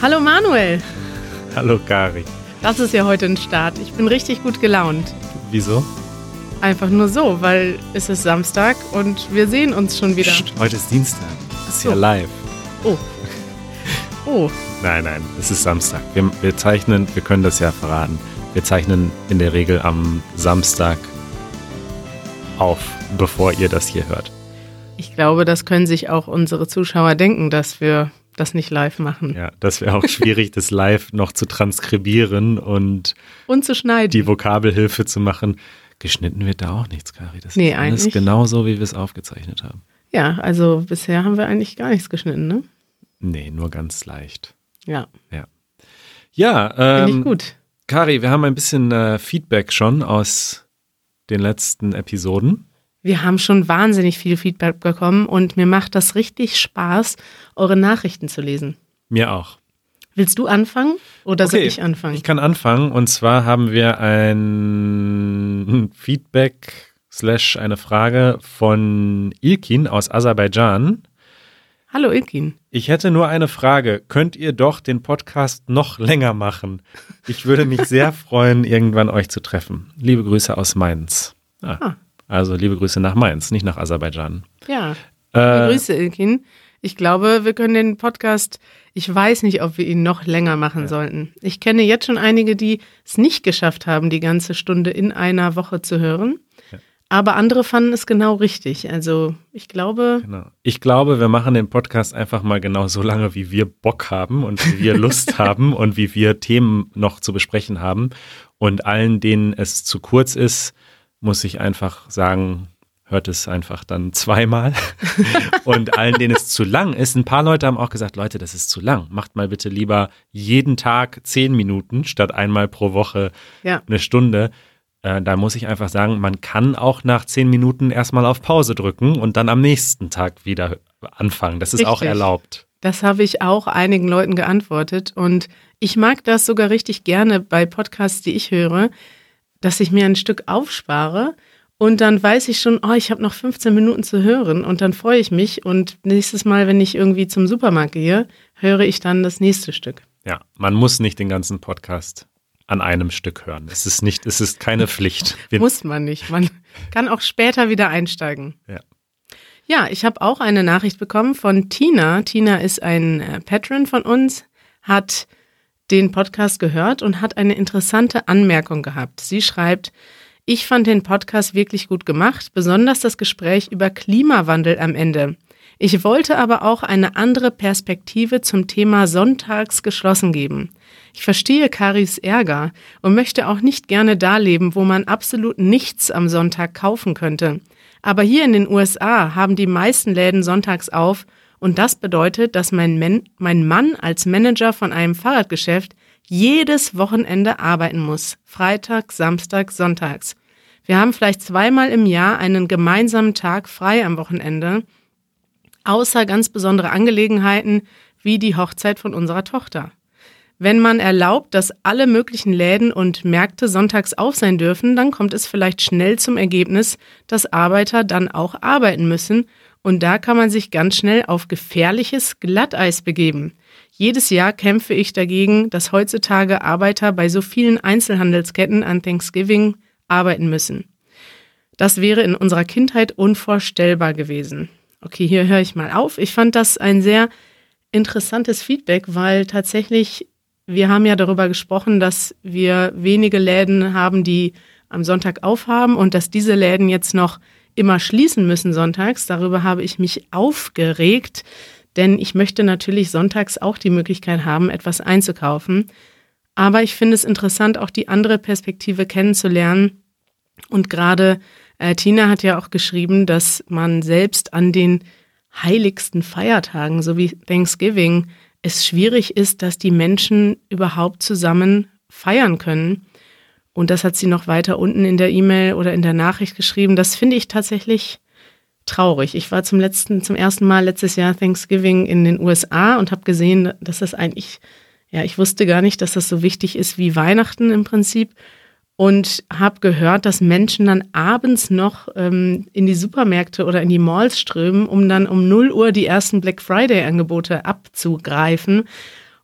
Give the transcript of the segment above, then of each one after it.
Hallo Manuel. Hallo Kari. Das ist ja heute ein Start. Ich bin richtig gut gelaunt. Wieso? Einfach nur so, weil es ist Samstag und wir sehen uns schon wieder. Psst, heute ist Dienstag. Das ist so. ja live. Oh. Nein, es ist Samstag. Wir zeichnen, wir können das ja verraten. Wir zeichnen in der Regel am Samstag auf, bevor ihr das hier hört. Ich glaube, das können sich auch unsere Zuschauer denken, dass wir das nicht live machen. Ja, das wäre auch schwierig, das live noch zu transkribieren und zu schneiden. Die Vokabelhilfe zu machen. Geschnitten wird da auch nichts, Kari. Das ist alles eigentlich genauso, wie wir es aufgezeichnet haben. Ja, also bisher haben wir eigentlich gar nichts geschnitten, ne? Nee, nur ganz leicht. Ja. Ja, finde ich gut. Kari, wir haben ein bisschen Feedback schon aus den letzten Episoden. Wir haben schon wahnsinnig viel Feedback bekommen und mir macht das richtig Spaß, eure Nachrichten zu lesen. Mir auch. Willst du anfangen oder soll ich anfangen? Ich kann anfangen und zwar haben wir ein Feedback / eine Frage von Ilkin aus Aserbaidschan. Hallo Ilkin. Ich hätte nur eine Frage. Könnt ihr doch den Podcast noch länger machen? Ich würde mich sehr freuen, irgendwann euch zu treffen. Liebe Grüße aus Mainz. Also liebe Grüße nach Mainz, nicht nach Aserbaidschan. Ja, Grüße Ilkin. Ich glaube, wir können den Podcast, ich weiß nicht, ob wir ihn noch länger machen sollten. Ich kenne jetzt schon einige, die es nicht geschafft haben, die ganze Stunde in einer Woche zu hören. Ja. Aber andere fanden es genau richtig. Also ich glaube... Genau. Ich glaube, wir machen den Podcast einfach mal genau so lange, wie wir Bock haben und wie wir Lust haben und wie wir Themen noch zu besprechen haben. Und allen, denen es zu kurz ist, muss ich einfach sagen, hört es einfach dann zweimal. Und allen, denen es zu lang ist, ein paar Leute haben auch gesagt, Leute, das ist zu lang. Macht mal bitte lieber jeden Tag 10 Minuten statt einmal pro Woche eine Stunde. Da muss ich einfach sagen, man kann auch nach 10 Minuten erstmal auf Pause drücken und dann am nächsten Tag wieder anfangen. Das ist richtig. Auch erlaubt. Das habe ich auch einigen Leuten geantwortet. Und ich mag das sogar richtig gerne bei Podcasts, die ich höre, dass ich mir ein Stück aufspare und dann weiß ich schon, ich habe noch 15 Minuten zu hören und dann freue ich mich und nächstes Mal, wenn ich irgendwie zum Supermarkt gehe, höre ich dann das nächste Stück. Ja, man muss nicht den ganzen Podcast an einem Stück hören. Es ist keine Pflicht. Muss man nicht. Man kann auch später wieder einsteigen. Ja, ich habe auch eine Nachricht bekommen von Tina. Tina ist ein Patron von uns, hat den Podcast gehört und hat eine interessante Anmerkung gehabt. Sie schreibt, ich fand den Podcast wirklich gut gemacht, besonders das Gespräch über Klimawandel am Ende. Ich wollte aber auch eine andere Perspektive zum Thema Sonntags geschlossen geben. Ich verstehe Karis Ärger und möchte auch nicht gerne da leben, wo man absolut nichts am Sonntag kaufen könnte. Aber hier in den USA haben die meisten Läden sonntags auf und das bedeutet, dass mein Mann als Manager von einem Fahrradgeschäft jedes Wochenende arbeiten muss. Freitag, Samstag, Sonntags. Wir haben vielleicht 2-mal im Jahr einen gemeinsamen Tag frei am Wochenende, außer ganz besondere Angelegenheiten wie die Hochzeit von unserer Tochter. Wenn man erlaubt, dass alle möglichen Läden und Märkte sonntags auf sein dürfen, dann kommt es vielleicht schnell zum Ergebnis, dass Arbeiter dann auch arbeiten müssen. Und da kann man sich ganz schnell auf gefährliches Glatteis begeben. Jedes Jahr kämpfe ich dagegen, dass heutzutage Arbeiter bei so vielen Einzelhandelsketten an Thanksgiving arbeiten müssen. Das wäre in unserer Kindheit unvorstellbar gewesen. Okay, hier höre ich mal auf. Ich fand das ein sehr interessantes Feedback, weil tatsächlich, wir haben ja darüber gesprochen, dass wir wenige Läden haben, die am Sonntag aufhaben und dass diese Läden jetzt noch immer schließen müssen sonntags. Darüber habe ich mich aufgeregt, denn ich möchte natürlich sonntags auch die Möglichkeit haben, etwas einzukaufen. Aber ich finde es interessant, auch die andere Perspektive kennenzulernen. Und gerade Tina hat ja auch geschrieben, dass man selbst an den heiligsten Feiertagen, so wie Thanksgiving, es schwierig ist, dass die Menschen überhaupt zusammen feiern können. Und das hat sie noch weiter unten in der E-Mail oder in der Nachricht geschrieben. Das finde ich tatsächlich traurig. Ich war zum ersten Mal letztes Jahr Thanksgiving in den USA und habe gesehen, dass das eigentlich, ich wusste gar nicht, dass das so wichtig ist wie Weihnachten im Prinzip. Und habe gehört, dass Menschen dann abends noch in die Supermärkte oder in die Malls strömen, um dann um 0 Uhr die ersten Black Friday-Angebote abzugreifen.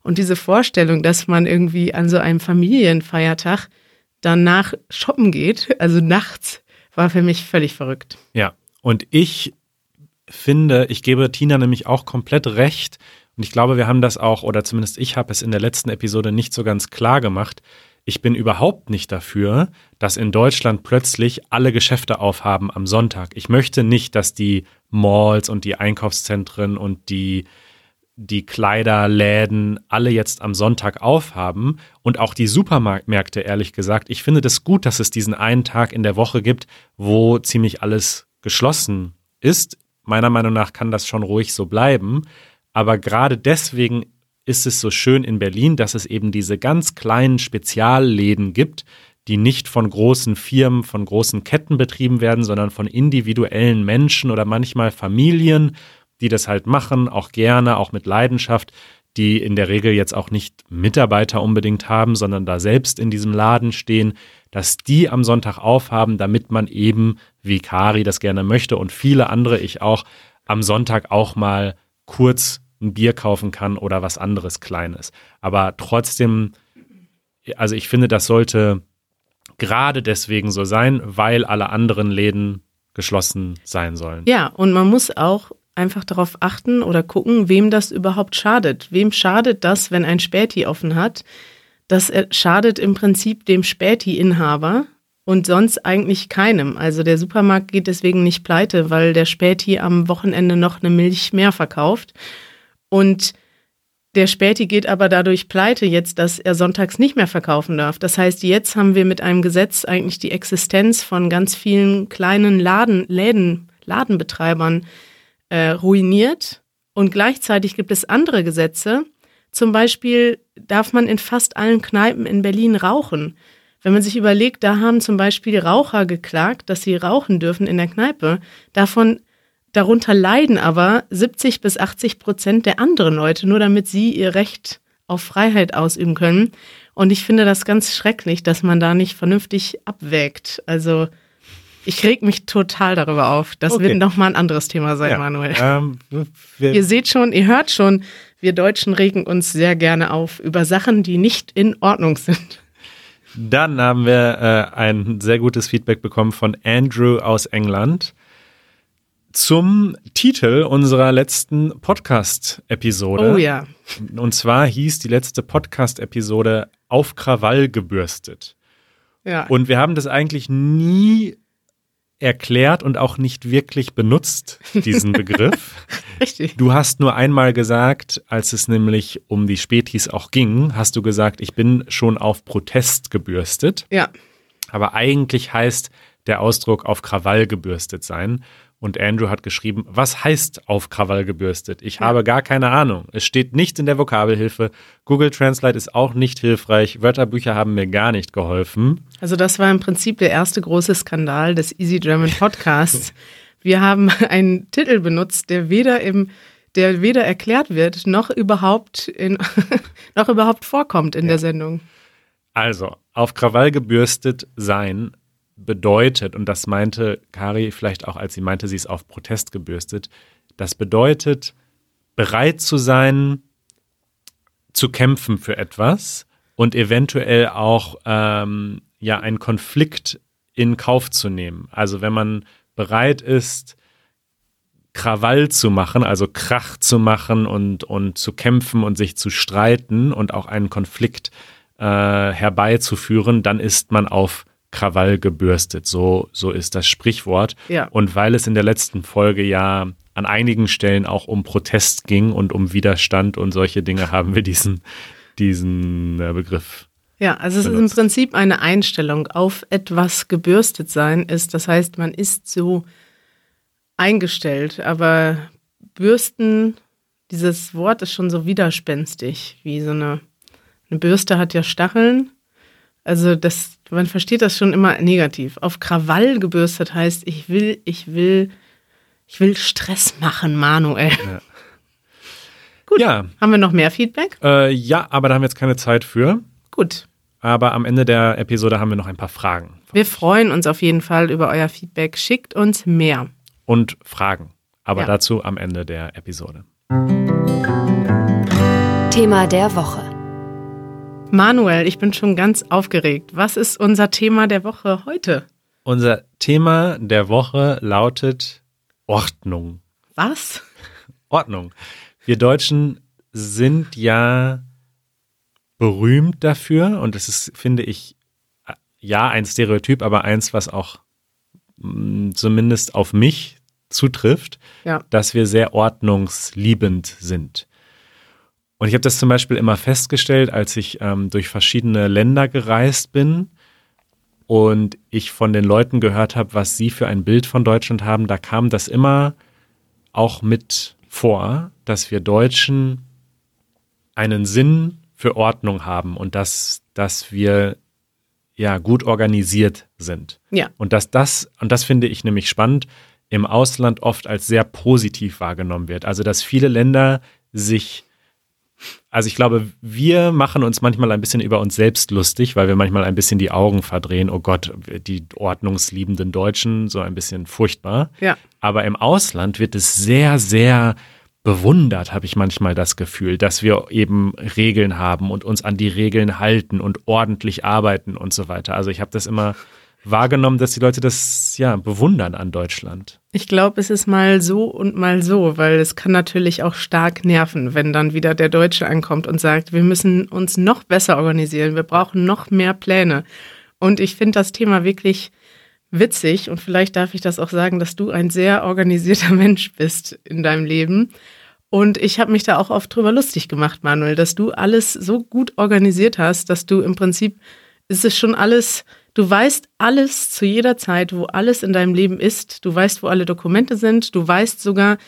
Und diese Vorstellung, dass man irgendwie an so einem Familienfeiertag danach shoppen geht, also nachts, war für mich völlig verrückt. Ja, und ich finde, ich gebe Tina nämlich auch komplett recht. Und ich glaube, wir haben das auch, oder zumindest ich habe es in der letzten Episode nicht so ganz klar gemacht. Ich bin überhaupt nicht dafür, dass in Deutschland plötzlich alle Geschäfte aufhaben am Sonntag. Ich möchte nicht, dass die Malls und die Einkaufszentren und die Kleiderläden alle jetzt am Sonntag aufhaben und auch die Supermärkte, ehrlich gesagt. Ich finde das gut, dass es diesen einen Tag in der Woche gibt, wo ziemlich alles geschlossen ist. Meiner Meinung nach kann das schon ruhig so bleiben. Aber gerade deswegen ist es so schön in Berlin, dass es eben diese ganz kleinen Spezialläden gibt, die nicht von großen Firmen, von großen Ketten betrieben werden, sondern von individuellen Menschen oder manchmal Familien, die das halt machen, auch gerne, auch mit Leidenschaft, die in der Regel jetzt auch nicht Mitarbeiter unbedingt haben, sondern da selbst in diesem Laden stehen, dass die am Sonntag aufhaben, damit man eben, wie Kari das gerne möchte und viele andere, ich auch, am Sonntag auch mal kurz ein Bier kaufen kann oder was anderes Kleines. Aber trotzdem, also ich finde, das sollte gerade deswegen so sein, weil alle anderen Läden geschlossen sein sollen. Ja, und man muss auch einfach darauf achten oder gucken, wem das überhaupt schadet. Wem schadet das, wenn ein Späti offen hat? Das schadet im Prinzip dem Späti-Inhaber und sonst eigentlich keinem. Also der Supermarkt geht deswegen nicht pleite, weil der Späti am Wochenende noch eine Milch mehr verkauft. Und der Späti geht aber dadurch pleite jetzt, dass er sonntags nicht mehr verkaufen darf. Das heißt, jetzt haben wir mit einem Gesetz eigentlich die Existenz von ganz vielen kleinen Ladenbetreibern ruiniert. Und gleichzeitig gibt es andere Gesetze. Zum Beispiel darf man in fast allen Kneipen in Berlin rauchen. Wenn man sich überlegt, da haben zum Beispiel Raucher geklagt, dass sie rauchen dürfen in der Kneipe. Darunter leiden aber 70-80% der anderen Leute, nur damit sie ihr Recht auf Freiheit ausüben können. Und ich finde das ganz schrecklich, dass man da nicht vernünftig abwägt. Also ich reg mich total darüber auf. Das wird nochmal ein anderes Thema sein, ja, Manuel. Ihr hört schon, wir Deutschen regen uns sehr gerne auf über Sachen, die nicht in Ordnung sind. Dann haben wir ein sehr gutes Feedback bekommen von Andrew aus England zum Titel unserer letzten Podcast-Episode. Oh ja. Und zwar hieß die letzte Podcast-Episode Auf Krawall gebürstet. Ja. Und wir haben das eigentlich nie erklärt und auch nicht wirklich benutzt, diesen Begriff. Richtig. Du hast nur einmal gesagt, als es nämlich um die Spätis auch ging, hast du gesagt, ich bin schon auf Protest gebürstet. Ja. Aber eigentlich heißt der Ausdruck auf Krawall gebürstet sein. Und Andrew hat geschrieben, was heißt auf Krawall gebürstet? Ich habe gar keine Ahnung. Es steht nicht in der Vokabelhilfe. Google Translate ist auch nicht hilfreich. Wörterbücher haben mir gar nicht geholfen. Also das war im Prinzip der erste große Skandal des Easy German Podcasts. Wir haben einen Titel benutzt, der weder erklärt wird, noch überhaupt vorkommt in der Sendung. Also, auf Krawall gebürstet sein bedeutet, und das meinte Kari vielleicht auch, als sie meinte, sie ist auf Protest gebürstet, das bedeutet, bereit zu sein, zu kämpfen für etwas und eventuell auch einen Konflikt in Kauf zu nehmen. Also wenn man bereit ist, Krawall zu machen, also Krach zu machen und zu kämpfen und sich zu streiten und auch einen Konflikt herbeizuführen, dann ist man auf Krawall gebürstet. So ist das Sprichwort. Ja. Und weil es in der letzten Folge ja an einigen Stellen auch um Protest ging und um Widerstand und solche Dinge, haben wir diesen Begriff. Ja, also es ist im Prinzip eine Einstellung. Auf etwas gebürstet sein ist, das heißt, man ist so eingestellt. Aber bürsten, dieses Wort ist schon so widerspenstig, wie so eine Bürste hat ja Stacheln. Also man versteht das schon immer negativ. Auf Krawall gebürstet heißt, ich will Stress machen, Manuel. Ja. Gut, ja. Haben wir noch mehr Feedback? Ja, aber da haben wir jetzt keine Zeit für. Gut. Aber am Ende der Episode haben wir noch ein paar Fragen. Wir freuen uns auf jeden Fall über euer Feedback. Schickt uns mehr. Und Fragen. Aber dazu am Ende der Episode. Thema der Woche. Manuel, ich bin schon ganz aufgeregt. Was ist unser Thema der Woche heute? Unser Thema der Woche lautet Ordnung. Was? Ordnung. Wir Deutschen sind ja berühmt dafür und es ist, finde ich, ja, ein Stereotyp, aber eins, was auch zumindest auf mich zutrifft, dass wir sehr ordnungsliebend sind. Und ich habe das zum Beispiel immer festgestellt, als ich durch verschiedene Länder gereist bin und ich von den Leuten gehört habe, was sie für ein Bild von Deutschland haben, da kam das immer auch mit vor, dass wir Deutschen einen Sinn für Ordnung haben und dass wir ja gut organisiert sind. Ja. Und das finde ich nämlich spannend, im Ausland oft als sehr positiv wahrgenommen wird. Also dass viele Länder also ich glaube, wir machen uns manchmal ein bisschen über uns selbst lustig, weil wir manchmal ein bisschen die Augen verdrehen. Oh Gott, die ordnungsliebenden Deutschen, so ein bisschen furchtbar. Ja. Aber im Ausland wird es sehr, sehr bewundert, habe ich manchmal das Gefühl, dass wir eben Regeln haben und uns an die Regeln halten und ordentlich arbeiten und so weiter. Also ich habe das immer wahrgenommen, dass die Leute das ja bewundern an Deutschland. Ich glaube, es ist mal so und mal so, weil es kann natürlich auch stark nerven, wenn dann wieder der Deutsche ankommt und sagt, wir müssen uns noch besser organisieren, wir brauchen noch mehr Pläne. Und ich finde das Thema wirklich witzig und vielleicht darf ich das auch sagen, dass du ein sehr organisierter Mensch bist in deinem Leben. Und ich habe mich da auch oft drüber lustig gemacht, Manuel, dass du alles so gut organisiert hast, dass du im Prinzip, ist es schon alles, du weißt alles zu jeder Zeit, wo alles in deinem Leben ist. Du weißt, wo alle Dokumente sind. Du weißt sogar,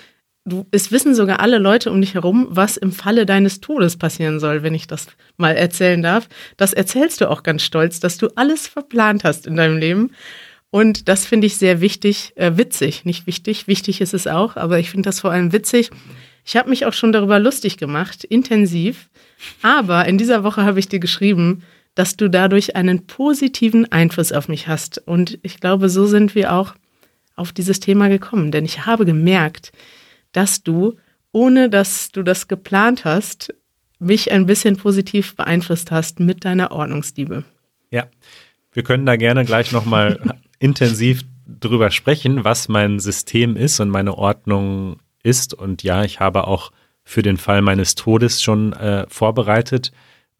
es wissen sogar alle Leute um dich herum, was im Falle deines Todes passieren soll, wenn ich das mal erzählen darf. Das erzählst du auch ganz stolz, dass du alles verplant hast in deinem Leben. Und das finde ich sehr wichtig, witzig, nicht wichtig. Wichtig ist es auch, aber ich finde das vor allem witzig. Ich habe mich auch schon darüber lustig gemacht, intensiv. Aber in dieser Woche habe ich dir geschrieben, dass du dadurch einen positiven Einfluss auf mich hast. Und ich glaube, so sind wir auch auf dieses Thema gekommen. Denn ich habe gemerkt, dass du, ohne dass du das geplant hast, mich ein bisschen positiv beeinflusst hast mit deiner Ordnungsliebe. Ja, wir können da gerne gleich nochmal intensiv drüber sprechen, was mein System ist und meine Ordnung ist. Und ja, ich habe auch für den Fall meines Todes schon vorbereitet,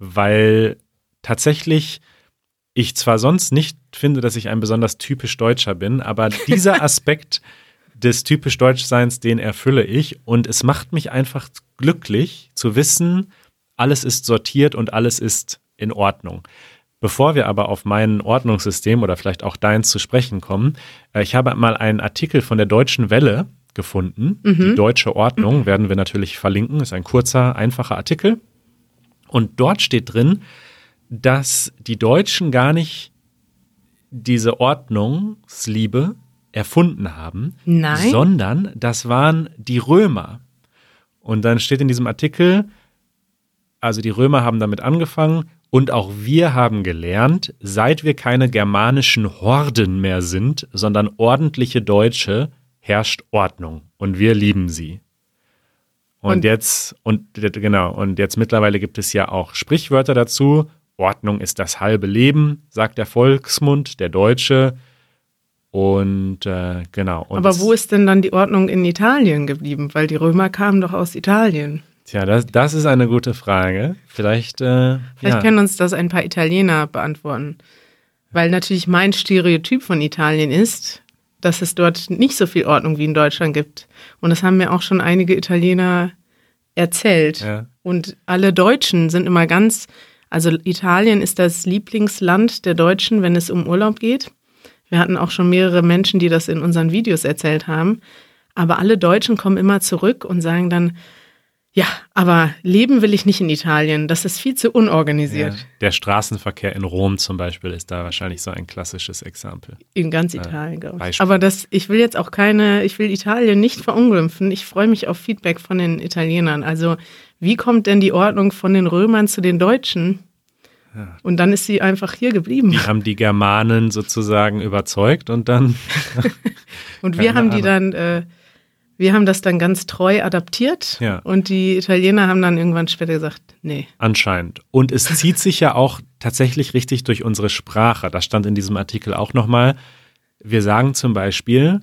weil tatsächlich ich zwar sonst nicht finde, dass ich ein besonders typisch Deutscher bin, aber dieser Aspekt des typisch Deutschseins, den erfülle ich und es macht mich einfach glücklich zu wissen, alles ist sortiert und alles ist in Ordnung. Bevor wir aber auf mein Ordnungssystem oder vielleicht auch deins zu sprechen kommen, ich habe mal einen Artikel von der Deutschen Welle gefunden, die Deutsche Ordnung, werden wir natürlich verlinken, ist ein kurzer, einfacher Artikel und dort steht drin, dass die Deutschen gar nicht diese Ordnungsliebe erfunden haben, sondern das waren die Römer. Und dann steht in diesem Artikel, also die Römer haben damit angefangen und auch wir haben gelernt, seit wir keine germanischen Horden mehr sind, sondern ordentliche Deutsche, herrscht Ordnung und wir lieben sie. Und jetzt mittlerweile gibt es ja auch Sprichwörter dazu. Ordnung ist das halbe Leben, sagt der Volksmund, der Deutsche. Und genau. Und aber wo ist denn dann die Ordnung in Italien geblieben? Weil die Römer kamen doch aus Italien. Tja, das ist eine gute Frage. Vielleicht können uns das ein paar Italiener beantworten. Weil natürlich mein Stereotyp von Italien ist, dass es dort nicht so viel Ordnung wie in Deutschland gibt. Und das haben mir auch schon einige Italiener erzählt. Ja. Und alle Deutschen sind immer also Italien ist das Lieblingsland der Deutschen, wenn es um Urlaub geht. Wir hatten auch schon mehrere Menschen, die das in unseren Videos erzählt haben. Aber alle Deutschen kommen immer zurück und sagen dann, ja, aber leben will ich nicht in Italien. Das ist viel zu unorganisiert. Ja, der Straßenverkehr in Rom zum Beispiel ist da wahrscheinlich so ein klassisches Exempel. In ganz Italien, glaube ich. Aber ich will jetzt auch ich will Italien nicht verunglimpfen. Ich freue mich auf Feedback von den Italienern. Also wie kommt denn die Ordnung von den Römern zu den Deutschen? Ja. Und dann ist sie einfach hier geblieben. Die haben die Germanen sozusagen überzeugt und dann. Und wir haben die dann Wir haben das dann ganz treu adaptiert und die Italiener haben dann irgendwann später gesagt, nee. Anscheinend. Und es zieht sich ja auch tatsächlich richtig durch unsere Sprache. Das stand in diesem Artikel auch nochmal. Wir sagen zum Beispiel,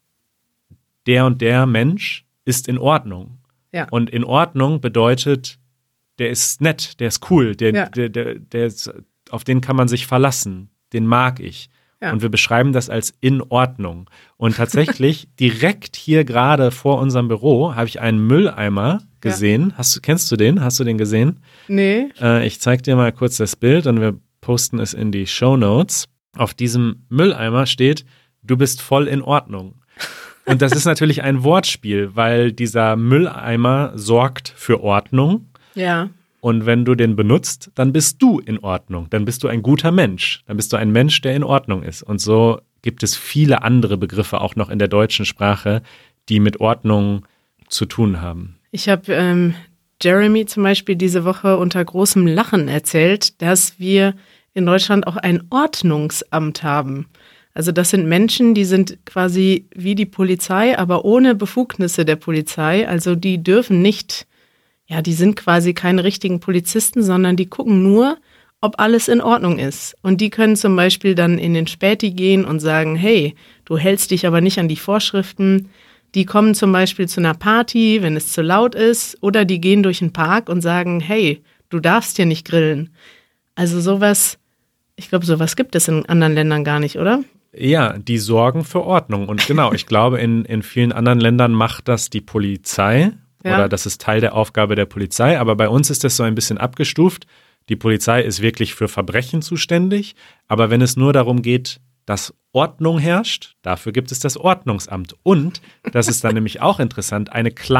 der und der Mensch ist in Ordnung. Ja. Und in Ordnung bedeutet, der ist nett, der ist cool, der ist, auf den kann man sich verlassen, den mag ich. Ja. Und wir beschreiben das als in Ordnung. Und tatsächlich, direkt hier gerade vor unserem Büro habe ich einen Mülleimer gesehen. Ja. Kennst du den? Hast du den gesehen? Nee. Ich zeige dir mal kurz das Bild und wir posten es in die Shownotes. Auf diesem Mülleimer steht, du bist voll in Ordnung. Und das ist natürlich ein Wortspiel, weil dieser Mülleimer sorgt für Ordnung. Ja. Und wenn du den benutzt, dann bist du in Ordnung. Dann bist du ein guter Mensch. Dann bist du ein Mensch, der in Ordnung ist. Und so gibt es viele andere Begriffe auch noch in der deutschen Sprache, die mit Ordnung zu tun haben. Ich habe Jeremy zum Beispiel diese Woche unter großem Lachen erzählt, dass wir in Deutschland auch ein Ordnungsamt haben. Also das sind Menschen, die sind quasi wie die Polizei, aber ohne Befugnisse der Polizei. Also die dürfen nicht... Ja, die sind quasi keine richtigen Polizisten, sondern die gucken nur, ob alles in Ordnung ist. Und die können zum Beispiel dann in den Späti gehen und sagen, hey, du hältst dich aber nicht an die Vorschriften. Die kommen zum Beispiel zu einer Party, wenn es zu laut ist. Oder die gehen durch den Park und sagen, hey, du darfst hier nicht grillen. Also sowas, ich glaube, sowas gibt es in anderen Ländern gar nicht, oder? Ja, die sorgen für Ordnung. Und genau, ich glaube, in vielen anderen Ländern macht das die Polizei. Ja. Oder das ist Teil der Aufgabe der Polizei, aber bei uns ist das so ein bisschen abgestuft. Die Polizei ist wirklich für Verbrechen zuständig, aber wenn es nur darum geht, dass Ordnung herrscht, dafür gibt es das Ordnungsamt. Und, das ist dann nämlich auch interessant,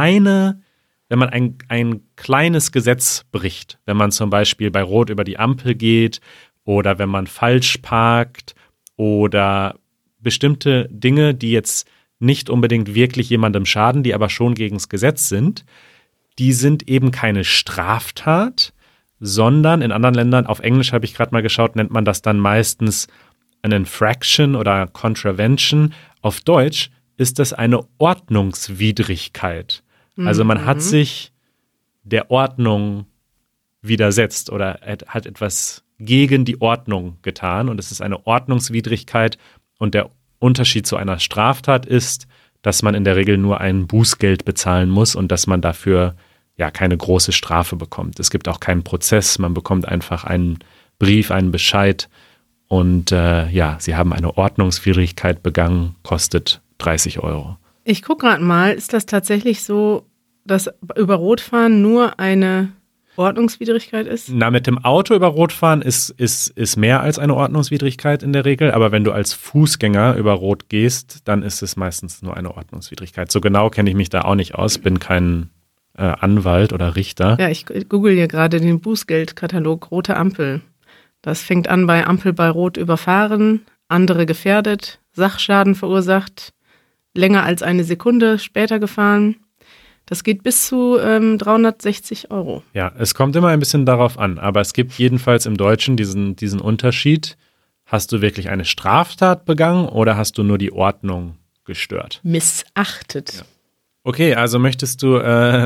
wenn man ein kleines Gesetz bricht, wenn man zum Beispiel bei Rot über die Ampel geht oder wenn man falsch parkt oder bestimmte Dinge, die jetzt nicht unbedingt wirklich jemandem schaden, die aber schon gegen das Gesetz sind, die sind eben keine Straftat, sondern in anderen Ländern, auf Englisch habe ich gerade mal geschaut, nennt man das dann meistens eine Infraction oder Contravention. Auf Deutsch ist das eine Ordnungswidrigkeit. Also man hat sich der Ordnung widersetzt oder hat etwas gegen die Ordnung getan und es ist eine Ordnungswidrigkeit und der Unterschied zu einer Straftat ist, dass man in der Regel nur ein Bußgeld bezahlen muss und dass man dafür ja keine große Strafe bekommt. Es gibt auch keinen Prozess, man bekommt einfach einen Brief, einen Bescheid und sie haben eine Ordnungswidrigkeit begangen, kostet 30 €. Ich gucke gerade mal, ist das tatsächlich so, dass über Rotfahren nur eine Ordnungswidrigkeit ist? Na, mit dem Auto über Rot fahren ist mehr als eine Ordnungswidrigkeit in der Regel, aber wenn du als Fußgänger über Rot gehst, dann ist es meistens nur eine Ordnungswidrigkeit. So genau kenne ich mich da auch nicht aus, bin kein Anwalt oder Richter. Ja, ich google hier gerade den Bußgeldkatalog Rote Ampel. Das fängt an bei Ampel bei Rot überfahren, andere gefährdet, Sachschaden verursacht, länger als eine Sekunde später gefahren. Das geht bis zu 360 €. Ja, es kommt immer ein bisschen darauf an, aber es gibt jedenfalls im Deutschen diesen Unterschied. Hast du wirklich eine Straftat begangen oder hast du nur die Ordnung gestört? Missachtet. Ja. Okay, also möchtest du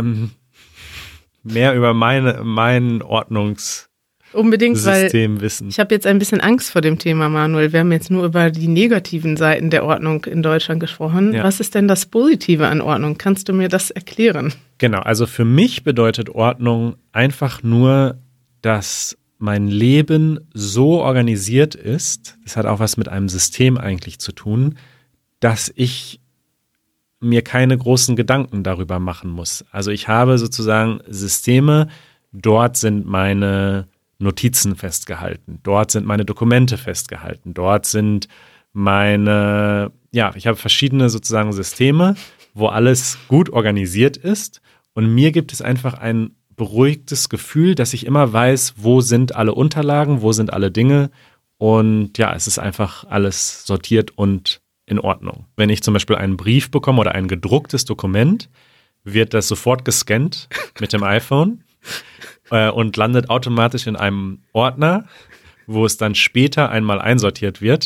mehr über mein Ordnungssystem Unbedingt, weil wissen? Ich habe jetzt ein bisschen Angst vor dem Thema, Manuel. Wir haben jetzt nur über die negativen Seiten der Ordnung in Deutschland gesprochen. Ja. Was ist denn das Positive an Ordnung? Kannst du mir das erklären? Genau, also für mich bedeutet Ordnung einfach nur, dass mein Leben so organisiert ist, das hat auch was mit einem System eigentlich zu tun, dass ich mir keine großen Gedanken darüber machen muss. Also ich habe sozusagen Systeme, dort sind meine Notizen festgehalten, dort sind meine Dokumente festgehalten, dort sind ich habe verschiedene sozusagen Systeme, wo alles gut organisiert ist und mir gibt es einfach ein beruhigtes Gefühl, dass ich immer weiß, wo sind alle Unterlagen, wo sind alle Dinge und ja, es ist einfach alles sortiert und in Ordnung. Wenn ich zum Beispiel einen Brief bekomme oder ein gedrucktes Dokument, wird das sofort gescannt mit dem iPhone und landet automatisch in einem Ordner, wo es dann später einmal einsortiert wird.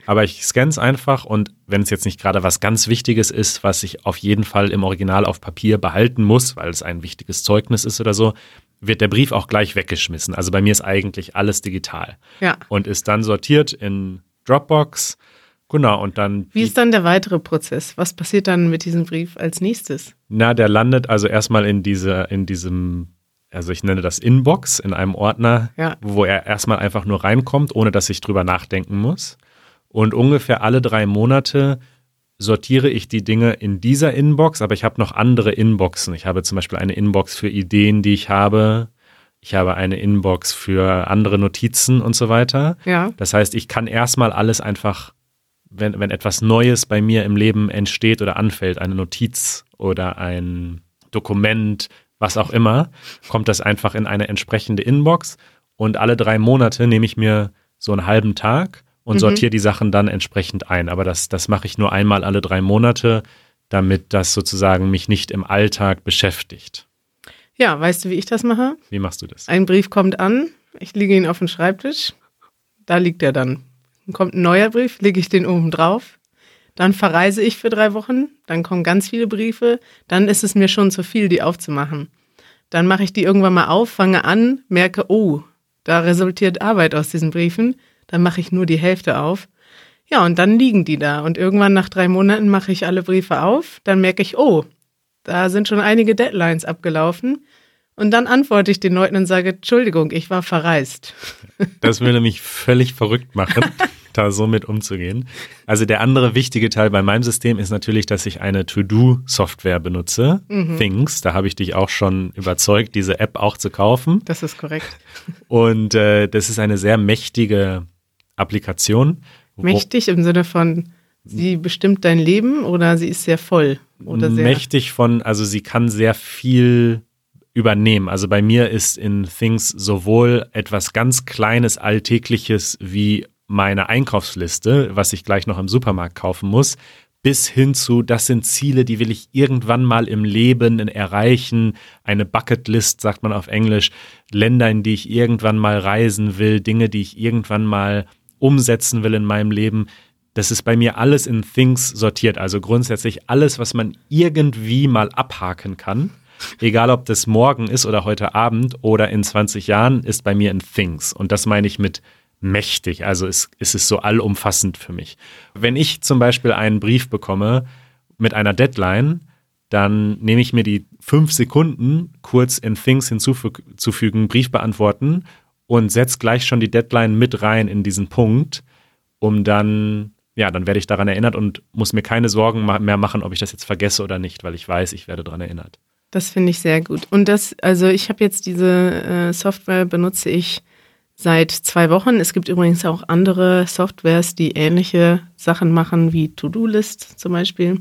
Aber ich scanne es einfach und wenn es jetzt nicht gerade was ganz Wichtiges ist, was ich auf jeden Fall im Original auf Papier behalten muss, weil es ein wichtiges Zeugnis ist oder so, wird der Brief auch gleich weggeschmissen. Also bei mir ist eigentlich alles digital. Ja. Und ist dann sortiert in Dropbox. Genau, und dann. Wie ist dann der weitere Prozess? Was passiert dann mit diesem Brief als nächstes? Na, der landet also erstmal in diesem, also ich nenne das Inbox, in einem Ordner, wo er erstmal einfach nur reinkommt, ohne dass ich drüber nachdenken muss. Und ungefähr alle 3 Monate sortiere ich die Dinge in dieser Inbox, aber ich habe noch andere Inboxen. Ich habe zum Beispiel eine Inbox für Ideen, die ich habe. Ich habe eine Inbox für andere Notizen und so weiter. Ja. Das heißt, ich kann erstmal alles einfach, wenn etwas Neues bei mir im Leben entsteht oder anfällt, eine Notiz oder ein Dokument, was auch immer, kommt das einfach in eine entsprechende Inbox und alle 3 Monate nehme ich mir so einen halben Tag und sortiere die Sachen dann entsprechend ein. Aber das mache ich nur einmal alle 3 Monate, damit das sozusagen mich nicht im Alltag beschäftigt. Ja, weißt du, wie ich das mache? Wie machst du das? Ein Brief kommt an, ich lege ihn auf den Schreibtisch, da liegt er dann. Dann kommt ein neuer Brief, lege ich den oben drauf. Dann verreise ich für 3 Wochen, dann kommen ganz viele Briefe, dann ist es mir schon zu viel, die aufzumachen. Dann mache ich die irgendwann mal auf, fange an, merke, oh, da resultiert Arbeit aus diesen Briefen. Dann mache ich nur die Hälfte auf. Ja, und dann liegen die da. Und irgendwann nach 3 Monaten mache ich alle Briefe auf. Dann merke ich, oh, da sind schon einige Deadlines abgelaufen. Und dann antworte ich den Leuten und sage, Entschuldigung, ich war verreist. Das würde mich völlig verrückt machen, da so mit umzugehen. Also der andere wichtige Teil bei meinem System ist natürlich, dass ich eine To-Do-Software benutze, Things. Da habe ich dich auch schon überzeugt, diese App auch zu kaufen. Das ist korrekt. Und das ist eine sehr mächtige Applikation. Mächtig im Sinne von, sie bestimmt dein Leben oder sie ist sehr voll? Oder sehr mächtig also sie kann sehr viel übernehmen. Also bei mir ist in Things sowohl etwas ganz Kleines, Alltägliches wie meine Einkaufsliste, was ich gleich noch im Supermarkt kaufen muss, bis hin zu, das sind Ziele, die will ich irgendwann mal im Leben erreichen. Eine Bucketlist, sagt man auf Englisch, Länder, in die ich irgendwann mal reisen will, Dinge, die ich irgendwann mal umsetzen will in meinem Leben. Das ist bei mir alles in Things sortiert. Also grundsätzlich alles, was man irgendwie mal abhaken kann, egal ob das morgen ist oder heute Abend oder in 20 Jahren, ist bei mir in Things. Und das meine ich mit mächtig. Also es ist so allumfassend für mich. Wenn ich zum Beispiel einen Brief bekomme mit einer Deadline, dann nehme ich mir die 5 Sekunden, kurz in Things hinzufügen, Brief beantworten und setze gleich schon die Deadline mit rein in diesen Punkt, um dann werde ich daran erinnert und muss mir keine Sorgen mehr machen, ob ich das jetzt vergesse oder nicht, weil ich weiß, ich werde daran erinnert. Das finde ich sehr gut. Und ich habe jetzt diese Software, benutze ich seit 2 Wochen. Es gibt übrigens auch andere Softwares, die ähnliche Sachen machen, wie To-Do-List zum Beispiel.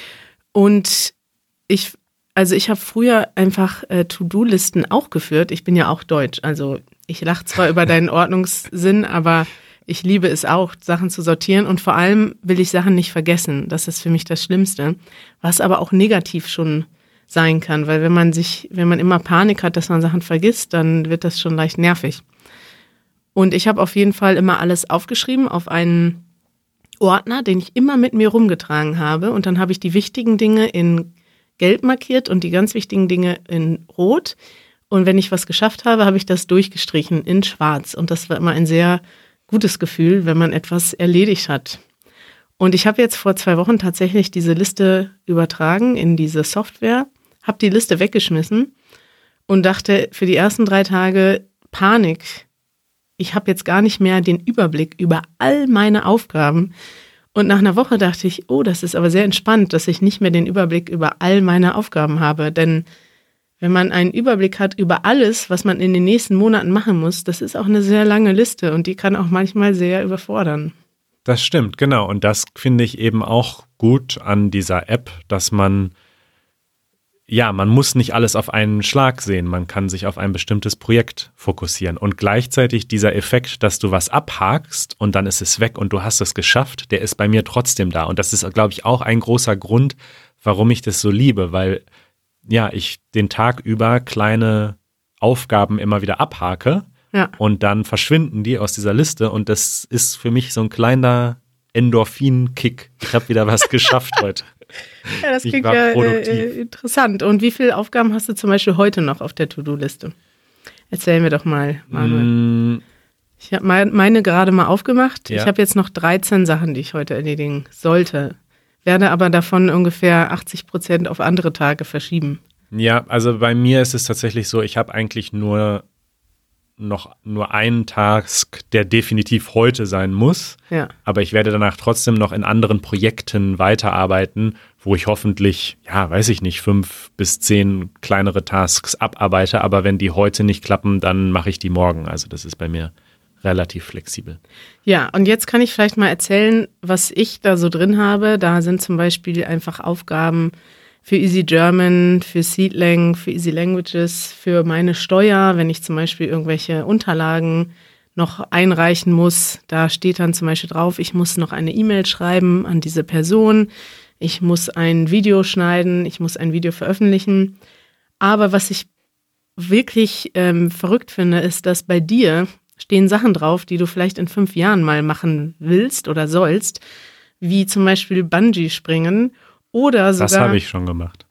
Und ich habe früher einfach To-Do-Listen auch geführt. Ich bin ja auch deutsch, also ich lache zwar über deinen Ordnungssinn, aber ich liebe es auch, Sachen zu sortieren und vor allem will ich Sachen nicht vergessen. Das ist für mich das Schlimmste, was aber auch negativ schon sein kann, weil wenn man immer Panik hat, dass man Sachen vergisst, dann wird das schon leicht nervig. Und ich habe auf jeden Fall immer alles aufgeschrieben auf einen Ordner, den ich immer mit mir rumgetragen habe und dann habe ich die wichtigen Dinge in Gelb markiert und die ganz wichtigen Dinge in Rot und wenn ich was geschafft habe, habe ich das durchgestrichen in Schwarz und das war immer ein sehr gutes Gefühl, wenn man etwas erledigt hat. Und ich habe jetzt vor 2 Wochen tatsächlich diese Liste übertragen in diese Software, habe die Liste weggeschmissen und dachte für die ersten 3 Tage Panik. Ich habe jetzt gar nicht mehr den Überblick über all meine Aufgaben. Und nach einer Woche dachte ich, oh, das ist aber sehr entspannt, dass ich nicht mehr den Überblick über all meine Aufgaben habe. Denn wenn man einen Überblick hat über alles, was man in den nächsten Monaten machen muss, das ist auch eine sehr lange Liste und die kann auch manchmal sehr überfordern. Das stimmt, genau. Und das finde ich eben auch gut an dieser App, dass man muss nicht alles auf einen Schlag sehen. Man kann sich auf ein bestimmtes Projekt fokussieren. Und gleichzeitig dieser Effekt, dass du was abhakst und dann ist es weg und du hast es geschafft, der ist bei mir trotzdem da. Und das ist, glaube ich, auch ein großer Grund, warum ich das so liebe, weil ich den Tag über kleine Aufgaben immer wieder abhake und dann verschwinden die aus dieser Liste und das ist für mich so ein kleiner Endorphin-Kick. Ich habe wieder was geschafft heute. Ja, das klingt ja interessant. Und wie viele Aufgaben hast du zum Beispiel heute noch auf der To-Do-Liste? Erzähl mir doch mal, Manuel. Ich habe meine gerade mal aufgemacht. Ja. Ich habe jetzt noch 13 Sachen, die ich heute erledigen sollte. Werde aber davon ungefähr 80% auf andere Tage verschieben. Ja, also bei mir ist es tatsächlich so, ich habe eigentlich nur einen Task, der definitiv heute sein muss. Ja. Aber ich werde danach trotzdem noch in anderen Projekten weiterarbeiten, wo ich hoffentlich, 5 bis 10 kleinere Tasks abarbeite. Aber wenn die heute nicht klappen, dann mache ich die morgen. Also das ist bei mir relativ flexibel. Ja, und jetzt kann ich vielleicht mal erzählen, was ich da so drin habe. Da sind zum Beispiel einfach Aufgaben für Easy German, für Seedlang, für Easy Languages, für meine Steuer, wenn ich zum Beispiel irgendwelche Unterlagen noch einreichen muss. Da steht dann zum Beispiel drauf, ich muss noch eine E-Mail schreiben an diese Person, ich muss ein Video schneiden, ich muss ein Video veröffentlichen. Aber was ich wirklich verrückt finde, ist, dass bei dir stehen Sachen drauf, die du vielleicht in 5 Jahren mal machen willst oder sollst, wie zum Beispiel Bungee springen oder sogar. Das habe ich schon gemacht.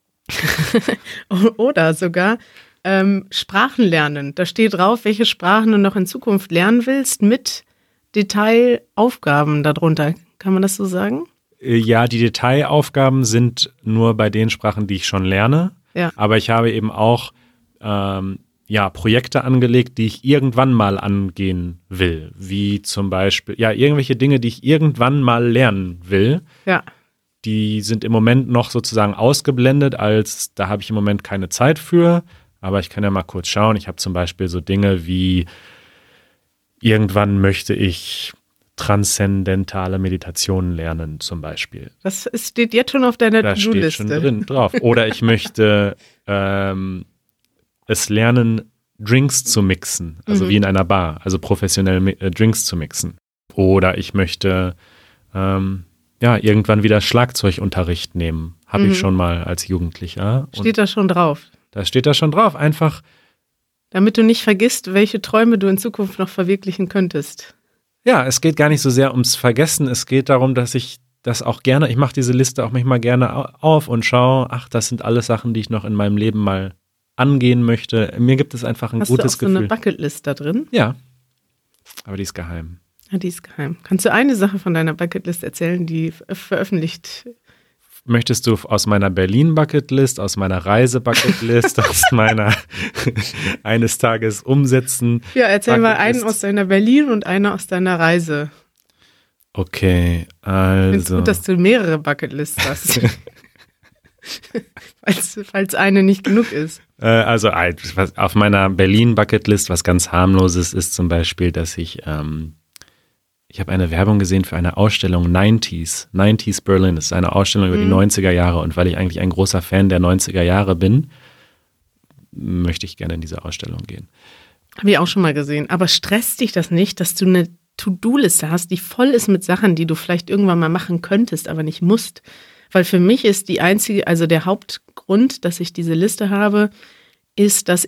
Oder sogar Sprachen lernen. Da steht drauf, welche Sprachen du noch in Zukunft lernen willst, mit Detailaufgaben darunter. Kann man das so sagen? Ja, die Detailaufgaben sind nur bei den Sprachen, die ich schon lerne. Ja. Aber ich habe eben auch Projekte angelegt, die ich irgendwann mal angehen will. Wie zum Beispiel, irgendwelche Dinge, die ich irgendwann mal lernen will. Ja. Die sind im Moment noch sozusagen ausgeblendet, da habe ich im Moment keine Zeit für. Aber ich kann ja mal kurz schauen. Ich habe zum Beispiel so Dinge wie, irgendwann möchte ich transzendentale Meditationen lernen zum Beispiel. Das steht jetzt schon auf deiner To-Do-Liste. Da steht schon drin drauf. Oder ich möchte es lernen, Drinks zu mixen, also wie in einer Bar, also professionell Drinks zu mixen. Oder ich möchte irgendwann wieder Schlagzeugunterricht nehmen. Habe ich schon mal als Jugendlicher. Steht da schon drauf? Da steht da schon drauf, einfach. Damit du nicht vergisst, welche Träume du in Zukunft noch verwirklichen könntest. Ja, es geht gar nicht so sehr ums Vergessen, es geht darum, dass ich das auch gerne, ich mache diese Liste auch manchmal gerne auf und schaue, das sind alles Sachen, die ich noch in meinem Leben mal angehen möchte. Mir gibt es einfach ein gutes Gefühl. Hast du auch so eine Bucketlist da drin? Ja, aber die ist geheim. Ja, die ist geheim. Kannst du eine Sache von deiner Bucketlist erzählen, die veröffentlicht? Möchtest du aus meiner Berlin-Bucketlist, aus meiner Reise-Bucketlist, aus meiner eines Tages umsetzen? Ja, erzähl mal einen aus deiner Berlin und eine aus deiner Reise. Okay, also. Ich finde es gut, dass du mehrere Bucketlists hast. falls eine nicht genug ist. Also auf meiner Berlin-Bucketlist, was ganz harmloses ist zum Beispiel, dass ich habe eine Werbung gesehen für eine Ausstellung 90s Berlin. Das ist eine Ausstellung über die 90er Jahre und weil ich eigentlich ein großer Fan der 90er Jahre bin, möchte ich gerne in diese Ausstellung gehen. Habe ich auch schon mal gesehen. Aber stresst dich das nicht, dass du eine To-Do-Liste hast, die voll ist mit Sachen, die du vielleicht irgendwann mal machen könntest, aber nicht musst? Weil für mich ist der Hauptgrund, dass ich diese Liste habe, ist, dass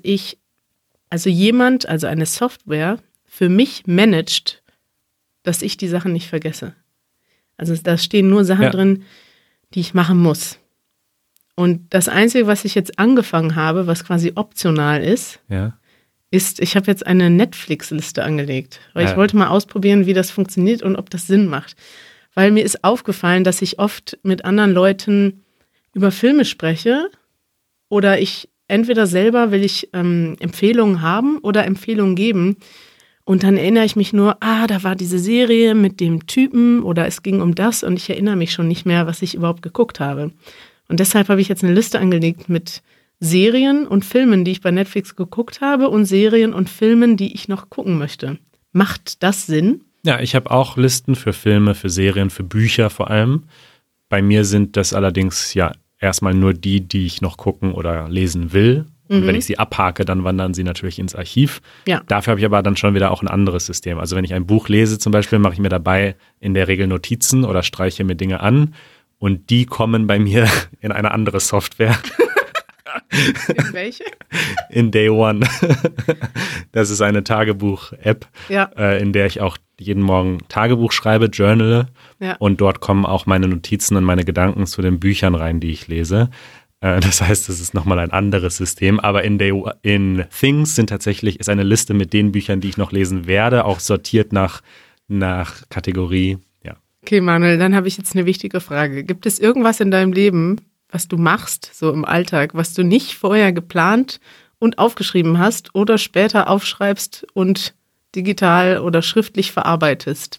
eine Software für mich managt, dass ich die Sachen nicht vergesse. Also da stehen nur Sachen drin, die ich machen muss. Und das Einzige, was ich jetzt angefangen habe, was quasi optional ist, ist, ich habe jetzt eine Netflix-Liste angelegt. Weil ich wollte mal ausprobieren, wie das funktioniert und ob das Sinn macht. Weil mir ist aufgefallen, dass ich oft mit anderen Leuten über Filme spreche oder entweder selber will ich Empfehlungen haben oder Empfehlungen geben. Und dann erinnere ich mich nur, da war diese Serie mit dem Typen oder es ging um das und ich erinnere mich schon nicht mehr, was ich überhaupt geguckt habe. Und deshalb habe ich jetzt eine Liste angelegt mit Serien und Filmen, die ich bei Netflix geguckt habe und Serien und Filmen, die ich noch gucken möchte. Macht das Sinn? Ja, ich habe auch Listen für Filme, für Serien, für Bücher vor allem. Bei mir sind das allerdings erstmal nur die ich noch gucken oder lesen will. Und wenn ich sie abhake, dann wandern sie natürlich ins Archiv. Ja. Dafür habe ich aber dann schon wieder auch ein anderes System. Also wenn ich ein Buch lese zum Beispiel, mache ich mir dabei in der Regel Notizen oder streiche mir Dinge an. Und die kommen bei mir in eine andere Software. In welche? In Day One. Das ist eine Tagebuch-App, in der ich auch jeden Morgen Tagebuch schreibe, journale. Ja. Und dort kommen auch meine Notizen und meine Gedanken zu den Büchern rein, die ich lese. Das heißt, es ist nochmal ein anderes System. Aber in Things ist eine Liste mit den Büchern, die ich noch lesen werde, auch sortiert nach Kategorie. Ja. Okay, Manuel, dann habe ich jetzt eine wichtige Frage. Gibt es irgendwas in deinem Leben, was du machst, so im Alltag, was du nicht vorher geplant und aufgeschrieben hast oder später aufschreibst und digital oder schriftlich verarbeitest?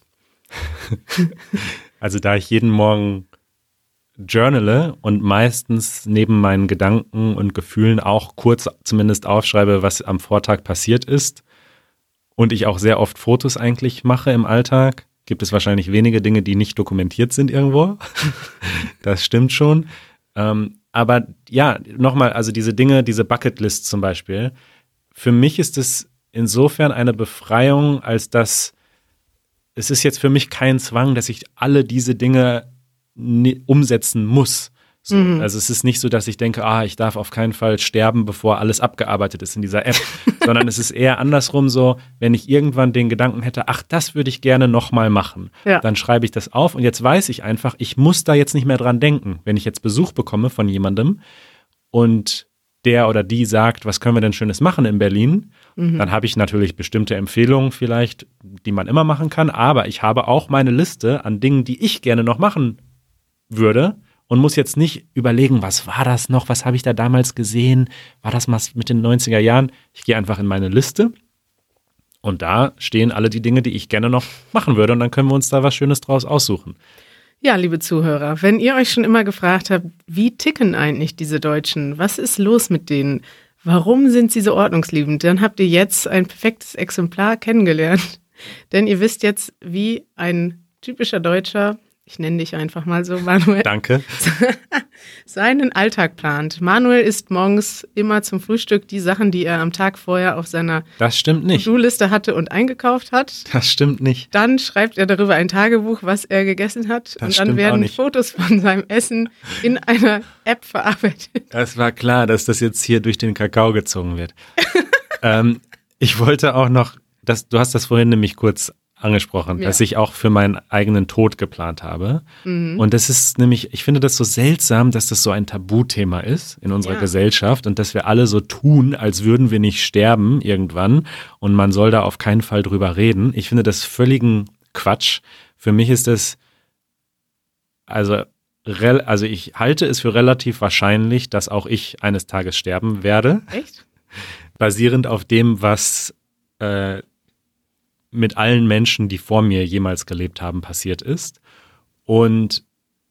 Also da ich jeden Morgen journale und meistens neben meinen Gedanken und Gefühlen auch kurz zumindest aufschreibe, was am Vortag passiert ist und ich auch sehr oft Fotos eigentlich mache im Alltag, gibt es wahrscheinlich wenige Dinge, die nicht dokumentiert sind irgendwo. Das stimmt schon. Aber ja, nochmal, also diese Dinge, diese Bucketlist zum Beispiel, für mich ist es insofern eine Befreiung, als dass es ist jetzt für mich kein Zwang, dass ich alle diese Dinge umsetzen muss. So. Also es ist nicht so, dass ich denke, ich darf auf keinen Fall sterben, bevor alles abgearbeitet ist in dieser App, sondern es ist eher andersrum so, wenn ich irgendwann den Gedanken hätte, das würde ich gerne nochmal machen, dann schreibe ich das auf und jetzt weiß ich einfach, ich muss da jetzt nicht mehr dran denken. Wenn ich jetzt Besuch bekomme von jemandem und der oder die sagt, was können wir denn Schönes machen in Berlin, dann habe ich natürlich bestimmte Empfehlungen vielleicht, die man immer machen kann, aber ich habe auch meine Liste an Dingen, die ich gerne noch machen würde und muss jetzt nicht überlegen, was war das noch, was habe ich da damals gesehen, war das mal mit den 90er Jahren? Ich gehe einfach in meine Liste und da stehen alle die Dinge, die ich gerne noch machen würde und dann können wir uns da was Schönes draus aussuchen. Ja, liebe Zuhörer, wenn ihr euch schon immer gefragt habt, wie ticken eigentlich diese Deutschen, was ist los mit denen, warum sind sie so ordnungsliebend, dann habt ihr jetzt ein perfektes Exemplar kennengelernt, denn ihr wisst jetzt, wie ein typischer Deutscher, ich nenne dich einfach mal so, Manuel. Danke. Seinen Alltag plant. Manuel isst morgens immer zum Frühstück die Sachen, die er am Tag vorher auf seiner To-Do-Liste hatte und eingekauft hat. Das stimmt nicht. Dann schreibt er darüber ein Tagebuch, was er gegessen hat. Das und dann werden Fotos von seinem Essen in einer App verarbeitet. Das war klar, dass das jetzt hier durch den Kakao gezogen wird. Ich wollte auch noch, du hast das vorhin nämlich kurz angesprochen, dass ich auch für meinen eigenen Tod geplant habe. Und das ist nämlich, ich finde das so seltsam, dass das so ein Tabuthema ist in unserer Gesellschaft und dass wir alle so tun, als würden wir nicht sterben irgendwann und man soll da auf keinen Fall drüber reden. Ich finde das völligen Quatsch. Für mich ist das, also ich halte es für relativ wahrscheinlich, dass auch ich eines Tages sterben werde. Echt? Basierend auf dem, was mit allen Menschen, die vor mir jemals gelebt haben, passiert ist. Und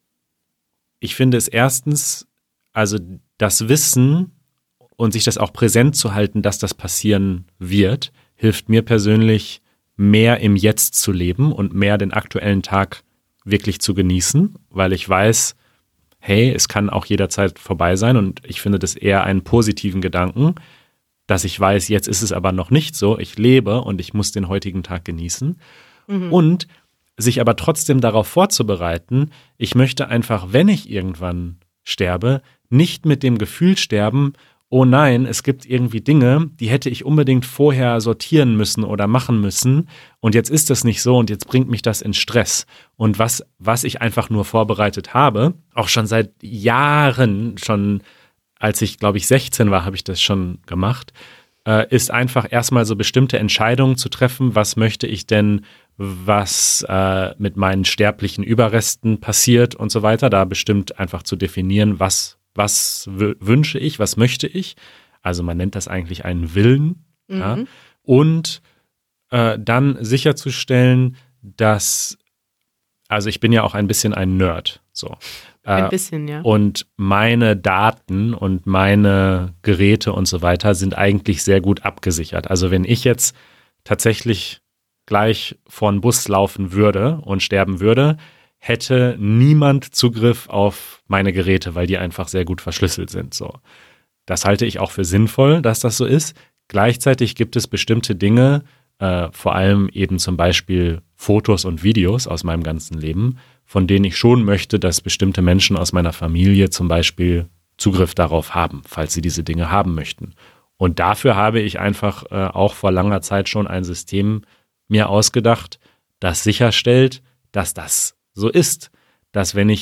ich finde es erstens, also das Wissen und sich das auch präsent zu halten, dass das passieren wird, hilft mir persönlich mehr im Jetzt zu leben und mehr den aktuellen Tag wirklich zu genießen, weil ich weiß, hey, es kann auch jederzeit vorbei sein und ich finde das eher einen positiven Gedanken, dass ich weiß, jetzt ist es aber noch nicht so, ich lebe und ich muss den heutigen Tag genießen. Und sich aber trotzdem darauf vorzubereiten, ich möchte einfach, wenn ich irgendwann sterbe, nicht mit dem Gefühl sterben, oh nein, es gibt irgendwie Dinge, die hätte ich unbedingt vorher sortieren müssen oder machen müssen und jetzt ist das nicht so und jetzt bringt mich das in Stress. Und was ich einfach nur vorbereitet habe, auch schon seit Jahren, schon als ich, glaube ich, 16 war, habe ich das schon gemacht, ist einfach erstmal so bestimmte Entscheidungen zu treffen, was möchte ich denn, was mit meinen sterblichen Überresten passiert und so weiter, da bestimmt einfach zu definieren, was wünsche ich, was möchte ich, also man nennt das eigentlich einen Willen, ja? Und dann sicherzustellen, dass, also ich bin ja auch ein bisschen ein Nerd, so. Ein bisschen, ja. Und meine Daten und meine Geräte und so weiter sind eigentlich sehr gut abgesichert. Also wenn ich jetzt tatsächlich gleich vor den Bus laufen würde und sterben würde, hätte niemand Zugriff auf meine Geräte, weil die einfach sehr gut verschlüsselt sind. So. Das halte ich auch für sinnvoll, dass das so ist. Gleichzeitig gibt es bestimmte Dinge, vor allem eben zum Beispiel Fotos und Videos aus meinem ganzen Leben, von denen ich schon möchte, dass bestimmte Menschen aus meiner Familie zum Beispiel Zugriff darauf haben, falls sie diese Dinge haben möchten. Und dafür habe ich einfach auch vor langer Zeit schon ein System mir ausgedacht, das sicherstellt, dass das so ist. Dass wenn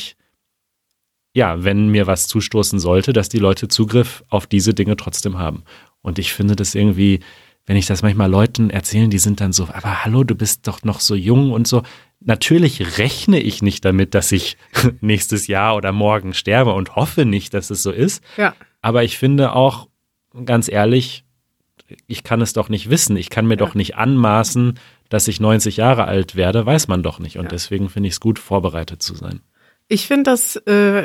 mir was zustoßen sollte, dass die Leute Zugriff auf diese Dinge trotzdem haben. Und ich finde das irgendwie, wenn ich das manchmal Leuten erzähle, die sind dann so, aber hallo, du bist doch noch so jung und so. Natürlich rechne ich nicht damit, dass ich nächstes Jahr oder morgen sterbe und hoffe nicht, dass es so ist. Ja. Aber ich finde auch, ganz ehrlich, ich kann es doch nicht wissen. Ich kann mir doch nicht anmaßen, dass ich 90 Jahre alt werde, weiß man doch nicht. Und deswegen finde ich es gut, vorbereitet zu sein. Ich finde das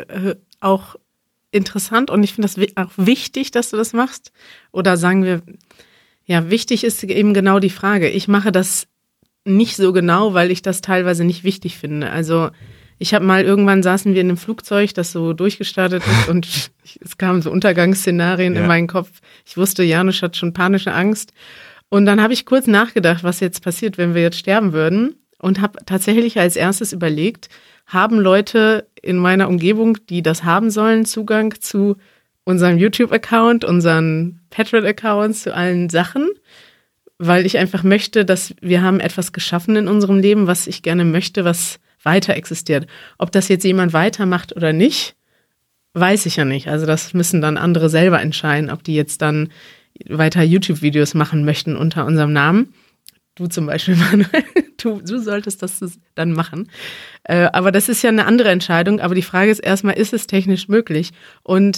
auch interessant und ich finde das auch wichtig, dass du das machst. Oder sagen wir, ja, wichtig ist eben genau die Frage. Ich mache das nicht so genau, weil ich das teilweise nicht wichtig finde. Also irgendwann saßen wir in einem Flugzeug, das so durchgestartet ist und es kamen so Untergangsszenarien in meinen Kopf. Ich wusste, Janusz hat schon panische Angst. Und dann habe ich kurz nachgedacht, was jetzt passiert, wenn wir jetzt sterben würden und habe tatsächlich als erstes überlegt, haben Leute in meiner Umgebung, die das haben sollen, Zugang zu unserem YouTube-Account, unseren Patreon-Accounts, zu allen Sachen, weil ich einfach möchte, dass wir haben etwas geschaffen in unserem Leben, was ich gerne möchte, was weiter existiert. Ob das jetzt jemand weitermacht oder nicht, weiß ich ja nicht. Also das müssen dann andere selber entscheiden, ob die jetzt dann weiter YouTube-Videos machen möchten unter unserem Namen. Du zum Beispiel, Manuel, du solltest das dann machen. Aber das ist ja eine andere Entscheidung. Aber die Frage ist erstmal, ist es technisch möglich? Und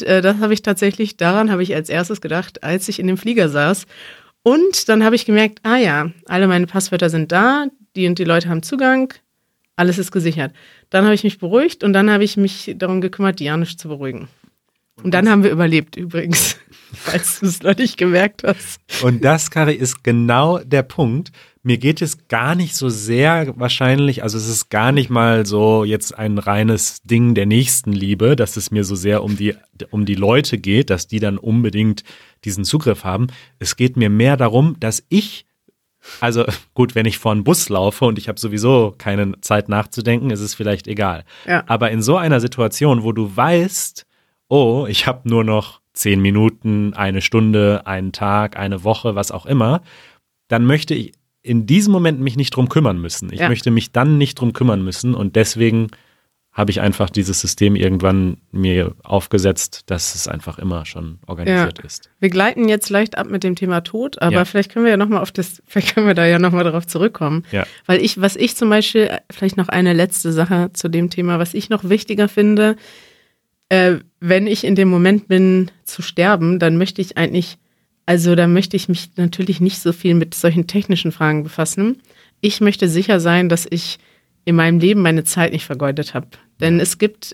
daran habe ich als erstes gedacht, als ich in dem Flieger saß. Und dann habe ich gemerkt, alle meine Passwörter sind da, die und die Leute haben Zugang, alles ist gesichert. Dann habe ich mich beruhigt und dann habe ich mich darum gekümmert, Janusz zu beruhigen. Und dann haben wir überlebt übrigens, falls du es noch nicht gemerkt hast. Und das, Kari, ist genau der Punkt. Mir geht es gar nicht so sehr wahrscheinlich, also es ist gar nicht mal so jetzt ein reines Ding der Nächstenliebe, dass es mir so sehr um die Leute geht, dass die dann unbedingt diesen Zugriff haben. Es geht mir mehr darum, dass also gut, wenn ich vor einen Bus laufe und ich habe sowieso keine Zeit nachzudenken, ist es vielleicht egal. Ja. Aber in so einer Situation, wo du weißt, ich habe nur noch 10 Minuten, 1 Stunde, einen Tag, eine Woche, was auch immer, dann möchte ich in diesem Moment mich nicht drum kümmern müssen. Ich möchte mich dann nicht drum kümmern müssen und deswegen habe ich einfach dieses System irgendwann mir aufgesetzt, dass es einfach immer schon organisiert ist. Wir gleiten jetzt leicht ab mit dem Thema Tod, aber vielleicht können wir ja nochmal darauf zurückkommen. Ja. Weil was ich zum Beispiel, vielleicht noch eine letzte Sache zu dem Thema, was ich noch wichtiger finde, wenn ich in dem Moment bin zu sterben, dann möchte ich mich natürlich nicht so viel mit solchen technischen Fragen befassen. Ich möchte sicher sein, dass ich in meinem Leben meine Zeit nicht vergeudet habe. Denn es gibt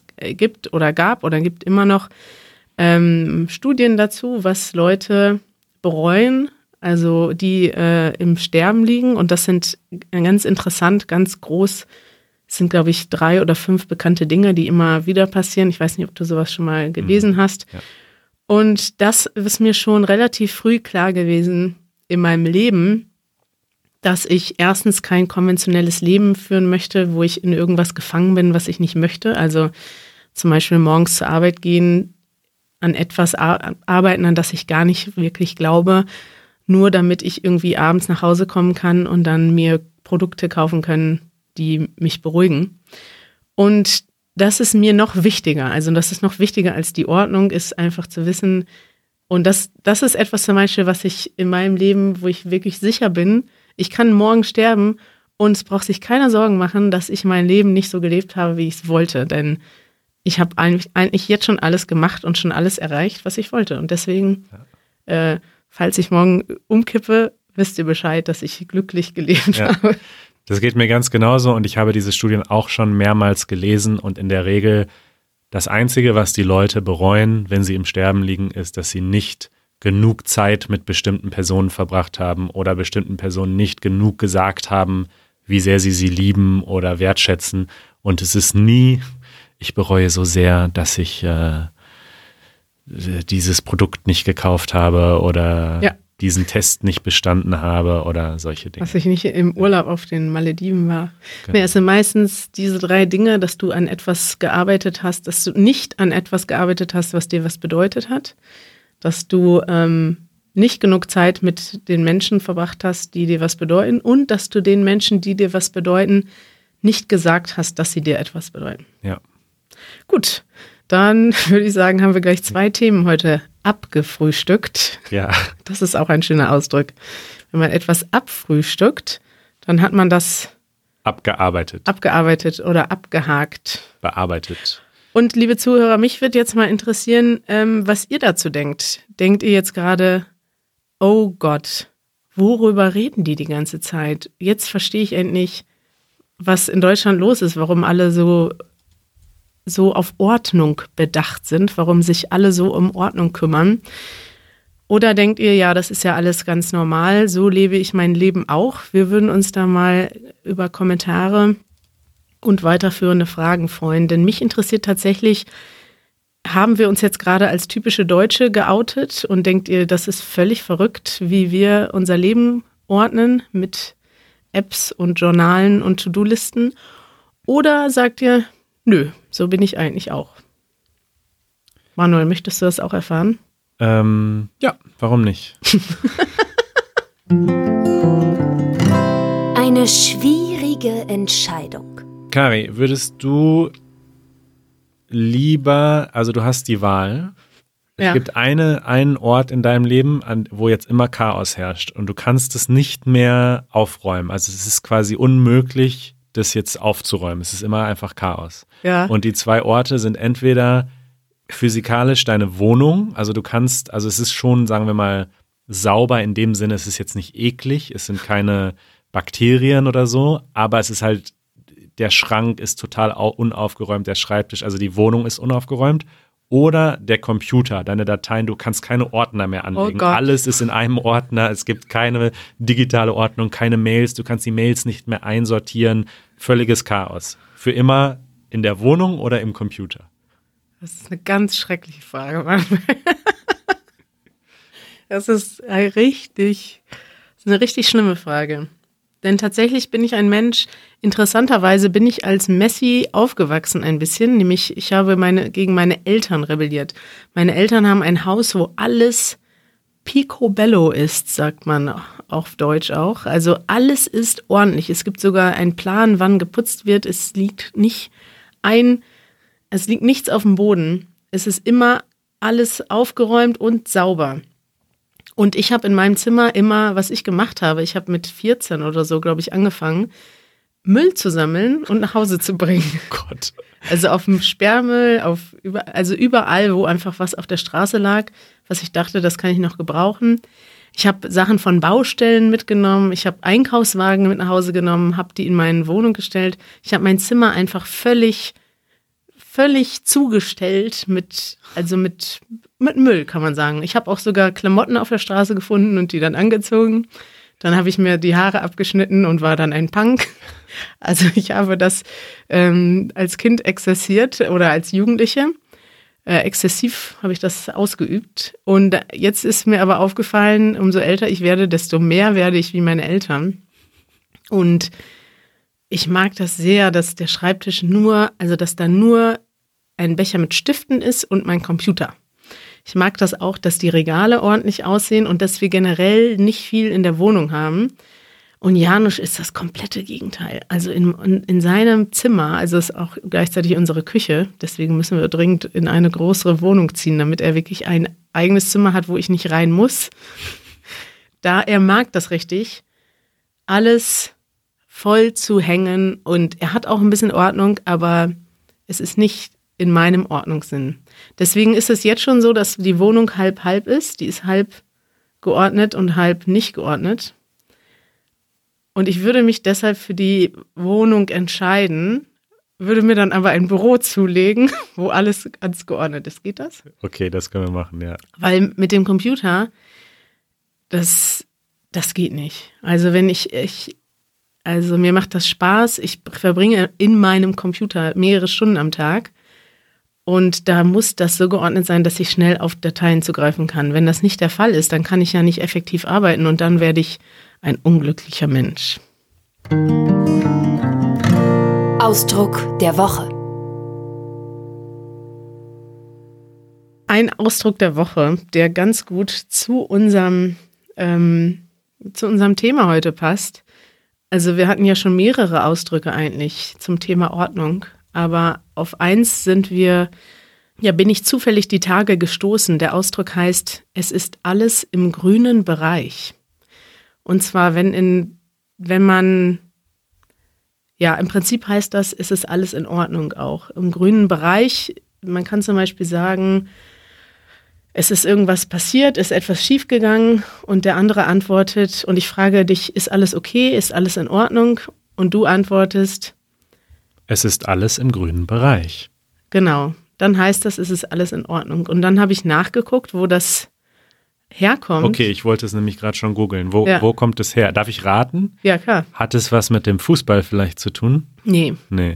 immer noch Studien dazu, was Leute bereuen, also die im Sterben liegen. Und das sind ganz interessant, ganz groß. Es sind, glaube ich, 3 oder 5 bekannte Dinge, die immer wieder passieren. Ich weiß nicht, ob du sowas schon mal gelesen hast. Ja. Und das ist mir schon relativ früh klar gewesen in meinem Leben, dass ich erstens kein konventionelles Leben führen möchte, wo ich in irgendwas gefangen bin, was ich nicht möchte. Also zum Beispiel morgens zur Arbeit gehen, an etwas arbeiten, an das ich gar nicht wirklich glaube, nur damit ich irgendwie abends nach Hause kommen kann und dann mir Produkte kaufen können, die mich beruhigen. Und das ist mir noch wichtiger. Also das ist noch wichtiger als die Ordnung, ist einfach zu wissen. Und das ist etwas zum Beispiel, was ich in meinem Leben, wo ich wirklich sicher bin, ich kann morgen sterben und es braucht sich keiner Sorgen machen, dass ich mein Leben nicht so gelebt habe, wie ich es wollte. Denn ich habe eigentlich jetzt schon alles gemacht und schon alles erreicht, was ich wollte. Und deswegen, falls ich morgen umkippe, wisst ihr Bescheid, dass ich glücklich gelebt habe. Das geht mir ganz genauso und ich habe diese Studien auch schon mehrmals gelesen und in der Regel das Einzige, was die Leute bereuen, wenn sie im Sterben liegen, ist, dass sie nicht genug Zeit mit bestimmten Personen verbracht haben oder bestimmten Personen nicht genug gesagt haben, wie sehr sie lieben oder wertschätzen. Und es ist nie, ich bereue so sehr, dass ich dieses Produkt nicht gekauft habe oder diesen Test nicht bestanden habe oder solche Dinge. Was ich nicht im Urlaub auf den Malediven war. Genau. Nee, es sind meistens diese 3 Dinge, dass du an etwas gearbeitet hast, dass du nicht an etwas gearbeitet hast, was dir was bedeutet hat. Dass du nicht genug Zeit mit den Menschen verbracht hast, die dir was bedeuten und dass du den Menschen, die dir was bedeuten, nicht gesagt hast, dass sie dir etwas bedeuten. Ja. Gut, dann würde ich sagen, haben wir gleich 2 Themen heute abgefrühstückt. Ja. Das ist auch ein schöner Ausdruck. Wenn man etwas abfrühstückt, dann hat man das abgearbeitet oder abgehakt. Bearbeitet. Und liebe Zuhörer, mich würde jetzt mal interessieren, was ihr dazu denkt. Denkt ihr jetzt gerade, oh Gott, worüber reden die ganze Zeit? Jetzt verstehe ich endlich, was in Deutschland los ist, warum alle so auf Ordnung bedacht sind, warum sich alle so um Ordnung kümmern. Oder denkt ihr, ja, das ist ja alles ganz normal, so lebe ich mein Leben auch. Wir würden uns da mal über Kommentare und weiterführende Fragen freuen, denn mich interessiert tatsächlich, haben wir uns jetzt gerade als typische Deutsche geoutet und denkt ihr, das ist völlig verrückt, wie wir unser Leben ordnen mit Apps und Journalen und To-Do-Listen? Oder sagt ihr, nö, so bin ich eigentlich auch? Manuel, möchtest du das auch erfahren? Ja, warum nicht? Eine schwierige Entscheidung. Kari, würdest du lieber, also du hast die Wahl, es gibt einen Ort in deinem Leben, wo jetzt immer Chaos herrscht und du kannst es nicht mehr aufräumen. Also es ist quasi unmöglich, das jetzt aufzuräumen. Es ist immer einfach Chaos. Ja. Und die 2 Orte sind entweder physikalisch deine Wohnung, also es ist schon, sagen wir mal, sauber in dem Sinne, es ist jetzt nicht eklig, es sind keine Bakterien oder so, aber es ist halt, der Schrank ist total unaufgeräumt, der Schreibtisch, also die Wohnung ist unaufgeräumt. Oder der Computer, deine Dateien, du kannst keine Ordner mehr anlegen. Alles ist in einem Ordner, es gibt keine digitale Ordnung, keine Mails, du kannst die Mails nicht mehr einsortieren. Völliges Chaos. Für immer in der Wohnung oder im Computer? Das ist eine ganz schreckliche Frage, Mann. Das ist eine richtig schlimme Frage. Denn tatsächlich bin ich ein Mensch, interessanterweise bin ich als Messi aufgewachsen ein bisschen, nämlich ich habe gegen meine Eltern rebelliert. Meine Eltern haben ein Haus, wo alles picobello ist, sagt man auf Deutsch auch. Also alles ist ordentlich. Es gibt sogar einen Plan, wann geputzt wird. Es liegt nichts auf dem Boden. Es ist immer alles aufgeräumt und sauber. Und ich habe in meinem Zimmer immer, was ich gemacht habe, ich habe mit 14 oder so, glaube ich, angefangen, Müll zu sammeln und nach Hause zu bringen. Oh Gott. Also auf dem Sperrmüll, also überall, wo einfach was auf der Straße lag, was ich dachte, das kann ich noch gebrauchen. Ich habe Sachen von Baustellen mitgenommen, ich habe Einkaufswagen mit nach Hause genommen, habe die in meine Wohnung gestellt. Ich habe mein Zimmer einfach völlig zugestellt mit Müll, kann man sagen. Ich habe auch sogar Klamotten auf der Straße gefunden und die dann angezogen. Dann habe ich mir die Haare abgeschnitten und war dann ein Punk. Also ich habe das als Kind exzessiert oder als Jugendliche. Exzessiv habe ich das ausgeübt. Und jetzt ist mir aber aufgefallen, umso älter ich werde, desto mehr werde ich wie meine Eltern. Und ich mag das sehr, dass der Schreibtisch dass da nur ein Becher mit Stiften ist und mein Computer. Ich mag das auch, dass die Regale ordentlich aussehen und dass wir generell nicht viel in der Wohnung haben. Und Janusz ist das komplette Gegenteil. Also in seinem Zimmer, also ist auch gleichzeitig unsere Küche, deswegen müssen wir dringend in eine größere Wohnung ziehen, damit er wirklich ein eigenes Zimmer hat, wo ich nicht rein muss. Er mag das richtig, alles voll zu hängen und er hat auch ein bisschen Ordnung, aber es ist nicht in meinem Ordnungssinn. Deswegen ist es jetzt schon so, dass die Wohnung halb ist. Die ist halb geordnet und halb nicht geordnet. Und ich würde mich deshalb für die Wohnung entscheiden, würde mir dann aber ein Büro zulegen, wo alles ganz geordnet ist. Geht das? Okay, das können wir machen, ja. Weil mit dem Computer, das geht nicht. Also also mir macht das Spaß. Ich verbringe in meinem Computer mehrere Stunden am Tag. Und da muss das so geordnet sein, dass ich schnell auf Dateien zugreifen kann. Wenn das nicht der Fall ist, dann kann ich ja nicht effektiv arbeiten und dann werde ich ein unglücklicher Mensch. Ausdruck der Woche. ein Ausdruck der Woche, der ganz gut zu unserem Thema heute passt. Also wir hatten ja schon mehrere Ausdrücke eigentlich zum Thema Ordnung, aber auf eins bin ich zufällig die Tage gestoßen. Der Ausdruck heißt, es ist alles im grünen Bereich. Und zwar, im Prinzip heißt das, es ist alles in Ordnung auch. Im grünen Bereich, man kann zum Beispiel sagen, es ist irgendwas passiert, ist etwas schiefgegangen und der andere antwortet und ich frage dich, ist alles okay, ist alles in Ordnung? Und du antwortest, es ist alles im grünen Bereich. Genau, dann heißt das, es ist alles in Ordnung. Und dann habe ich nachgeguckt, wo das herkommt. Okay, ich wollte es nämlich gerade schon googeln. Wo kommt es her? Darf ich raten? Ja, klar. Hat es was mit dem Fußball vielleicht zu tun? Nee.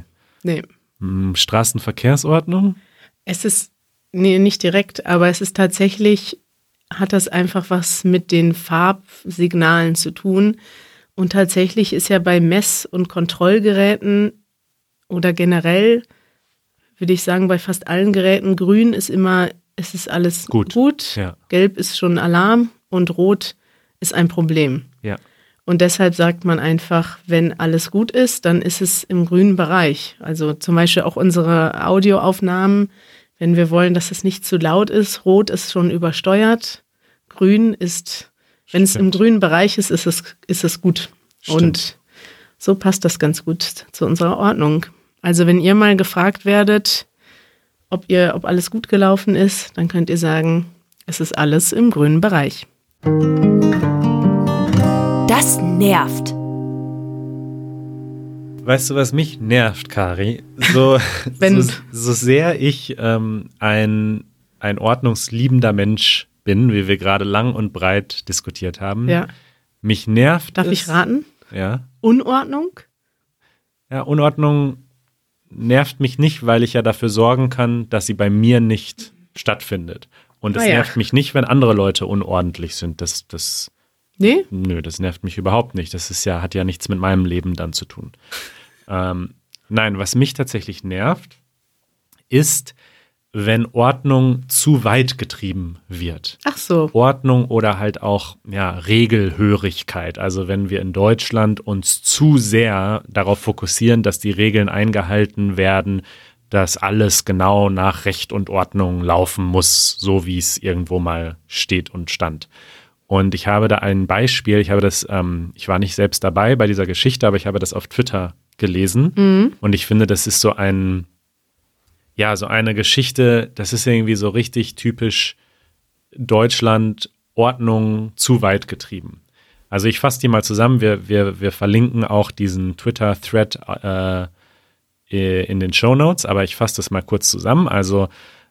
Straßenverkehrsordnung? Nicht direkt, aber es ist tatsächlich, hat das einfach was mit den Farbsignalen zu tun. Und tatsächlich ist ja bei Mess- und Kontrollgeräten oder generell, würde ich sagen, bei fast allen Geräten, grün ist immer, es ist alles gut. Ja. Gelb ist schon Alarm und rot ist ein Problem. Ja. Und deshalb sagt man einfach, wenn alles gut ist, dann ist es im grünen Bereich. Also zum Beispiel auch unsere Audioaufnahmen, wenn wir wollen, dass es nicht zu laut ist, rot ist schon übersteuert, grün ist, wenn es im grünen Bereich ist, ist es gut. Stimmt. Und so passt das ganz gut zu unserer Ordnung. Also wenn ihr mal gefragt werdet, ob alles gut gelaufen ist, dann könnt ihr sagen, es ist alles im grünen Bereich. Das nervt. Weißt du, was mich nervt, Kari? So sehr ich ein ordnungsliebender Mensch bin, wie wir gerade lang und breit diskutiert haben, mich nervt Darf ich raten? Ja. Unordnung? Ja, Unordnung nervt mich nicht, weil ich ja dafür sorgen kann, dass sie bei mir nicht stattfindet. Und es nervt mich nicht, wenn andere Leute unordentlich sind. Nee? Nö, das nervt mich überhaupt nicht. Das hat ja nichts mit meinem Leben dann zu tun. Nein, was mich tatsächlich nervt, ist, wenn Ordnung zu weit getrieben wird. Ach so. Ordnung oder halt auch Regelhörigkeit. Also wenn wir in Deutschland uns zu sehr darauf fokussieren, dass die Regeln eingehalten werden, dass alles genau nach Recht und Ordnung laufen muss, so wie es irgendwo mal steht und stand. Und ich habe da ein Beispiel, ich war nicht selbst dabei bei dieser Geschichte, aber ich habe das auf Twitter gelesen. Mhm. Und ich finde, das ist so eine Geschichte, das ist irgendwie so richtig typisch Deutschland, Ordnung zu weit getrieben. Also ich fasse die mal zusammen, wir verlinken auch diesen Twitter-Thread in den Shownotes, aber ich fasse das mal kurz zusammen. Also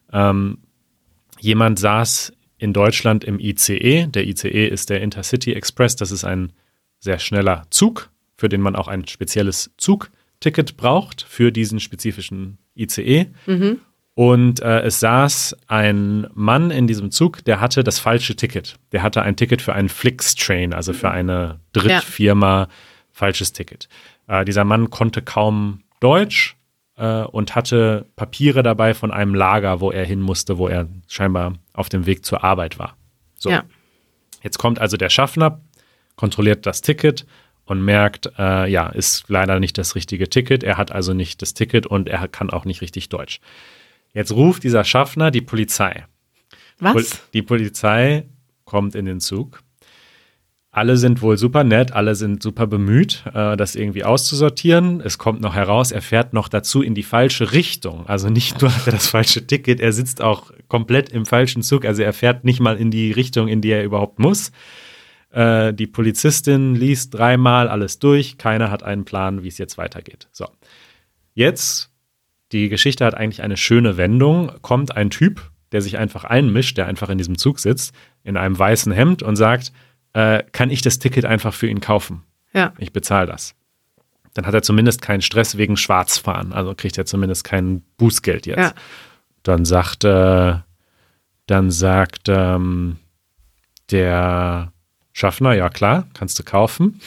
jemand saß in Deutschland im ICE. Der ICE ist der Intercity Express. Das ist ein sehr schneller Zug, für den man auch ein spezielles Zugticket braucht für diesen spezifischen ICE. Mhm. Und es saß ein Mann in diesem Zug, der hatte das falsche Ticket. Der hatte ein Ticket für einen Flixtrain, also für eine Drittfirma, falsches Ticket. Dieser Mann konnte kaum Deutsch und hatte Papiere dabei von einem Lager, wo er hin musste, wo er scheinbar auf dem Weg zur Arbeit war. So. Ja. Jetzt kommt also der Schaffner, kontrolliert das Ticket und merkt, ist leider nicht das richtige Ticket. Er hat also nicht das Ticket und er kann auch nicht richtig Deutsch. Jetzt ruft dieser Schaffner die Polizei. Was? Die Polizei kommt in den Zug. Alle sind wohl super nett, alle sind super bemüht, das irgendwie auszusortieren. Es kommt noch heraus, er fährt noch dazu in die falsche Richtung. Also nicht nur hat er das falsche Ticket, er sitzt auch komplett im falschen Zug. Also er fährt nicht mal in die Richtung, in die er überhaupt muss. Die Polizistin liest 3-mal alles durch. Keiner hat einen Plan, wie es jetzt weitergeht. So, jetzt, die Geschichte hat eigentlich eine schöne Wendung. Kommt ein Typ, der sich einfach einmischt, der einfach in diesem Zug sitzt, in einem weißen Hemd und sagt, kann ich das Ticket einfach für ihn kaufen? Ja. Ich bezahle das. Dann hat er zumindest keinen Stress wegen Schwarzfahren, also kriegt er zumindest kein Bußgeld jetzt. Ja. Dann sagt der Schaffner, ja klar, kannst du kaufen.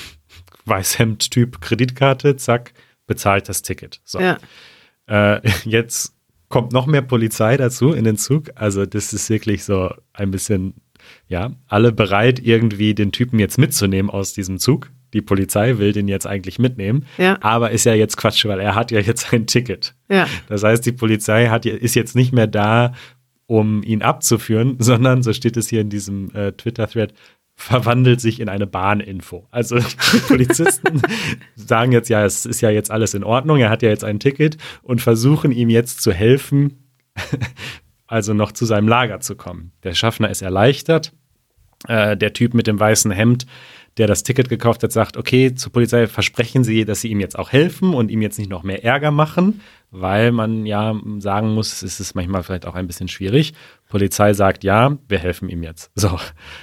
Weißhemd-Typ, Kreditkarte, zack, bezahlt das Ticket. So. Ja. Jetzt kommt noch mehr Polizei dazu in den Zug. Also das ist wirklich so ein bisschen, ja, alle bereit, irgendwie den Typen jetzt mitzunehmen aus diesem Zug. Die Polizei will den jetzt eigentlich mitnehmen, aber ist ja jetzt Quatsch, weil er hat ja jetzt ein Ticket. Ja. Das heißt, die Polizei ist jetzt nicht mehr da, um ihn abzuführen, sondern, so steht es hier in diesem Twitter-Thread, verwandelt sich in eine Bahninfo. Also die Polizisten sagen jetzt, ja, es ist ja jetzt alles in Ordnung, er hat ja jetzt ein Ticket und versuchen ihm jetzt zu helfen, also noch zu seinem Lager zu kommen. Der Schaffner ist erleichtert. Der Typ mit dem weißen Hemd, der das Ticket gekauft hat, sagt, okay, zur Polizei versprechen Sie, dass Sie ihm jetzt auch helfen und ihm jetzt nicht noch mehr Ärger machen, weil man ja sagen muss, es ist manchmal vielleicht auch ein bisschen schwierig. Polizei sagt, ja, wir helfen ihm jetzt. So,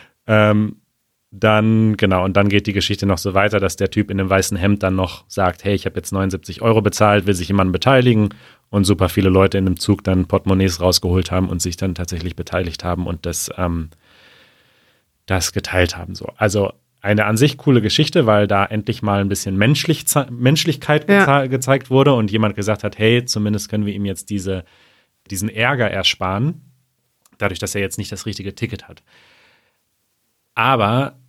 dann geht die Geschichte noch so weiter, dass der Typ in dem weißen Hemd dann noch sagt, hey, ich habe jetzt 79 € bezahlt, will sich jemand beteiligen, und super viele Leute in dem Zug dann Portemonnaies rausgeholt haben und sich dann tatsächlich beteiligt haben und das geteilt haben. So. Also eine an sich coole Geschichte, weil da endlich mal ein bisschen Menschlichkeit gezeigt wurde und jemand gesagt hat, hey, zumindest können wir ihm jetzt diesen Ärger ersparen, dadurch, dass er jetzt nicht das richtige Ticket hat. Aber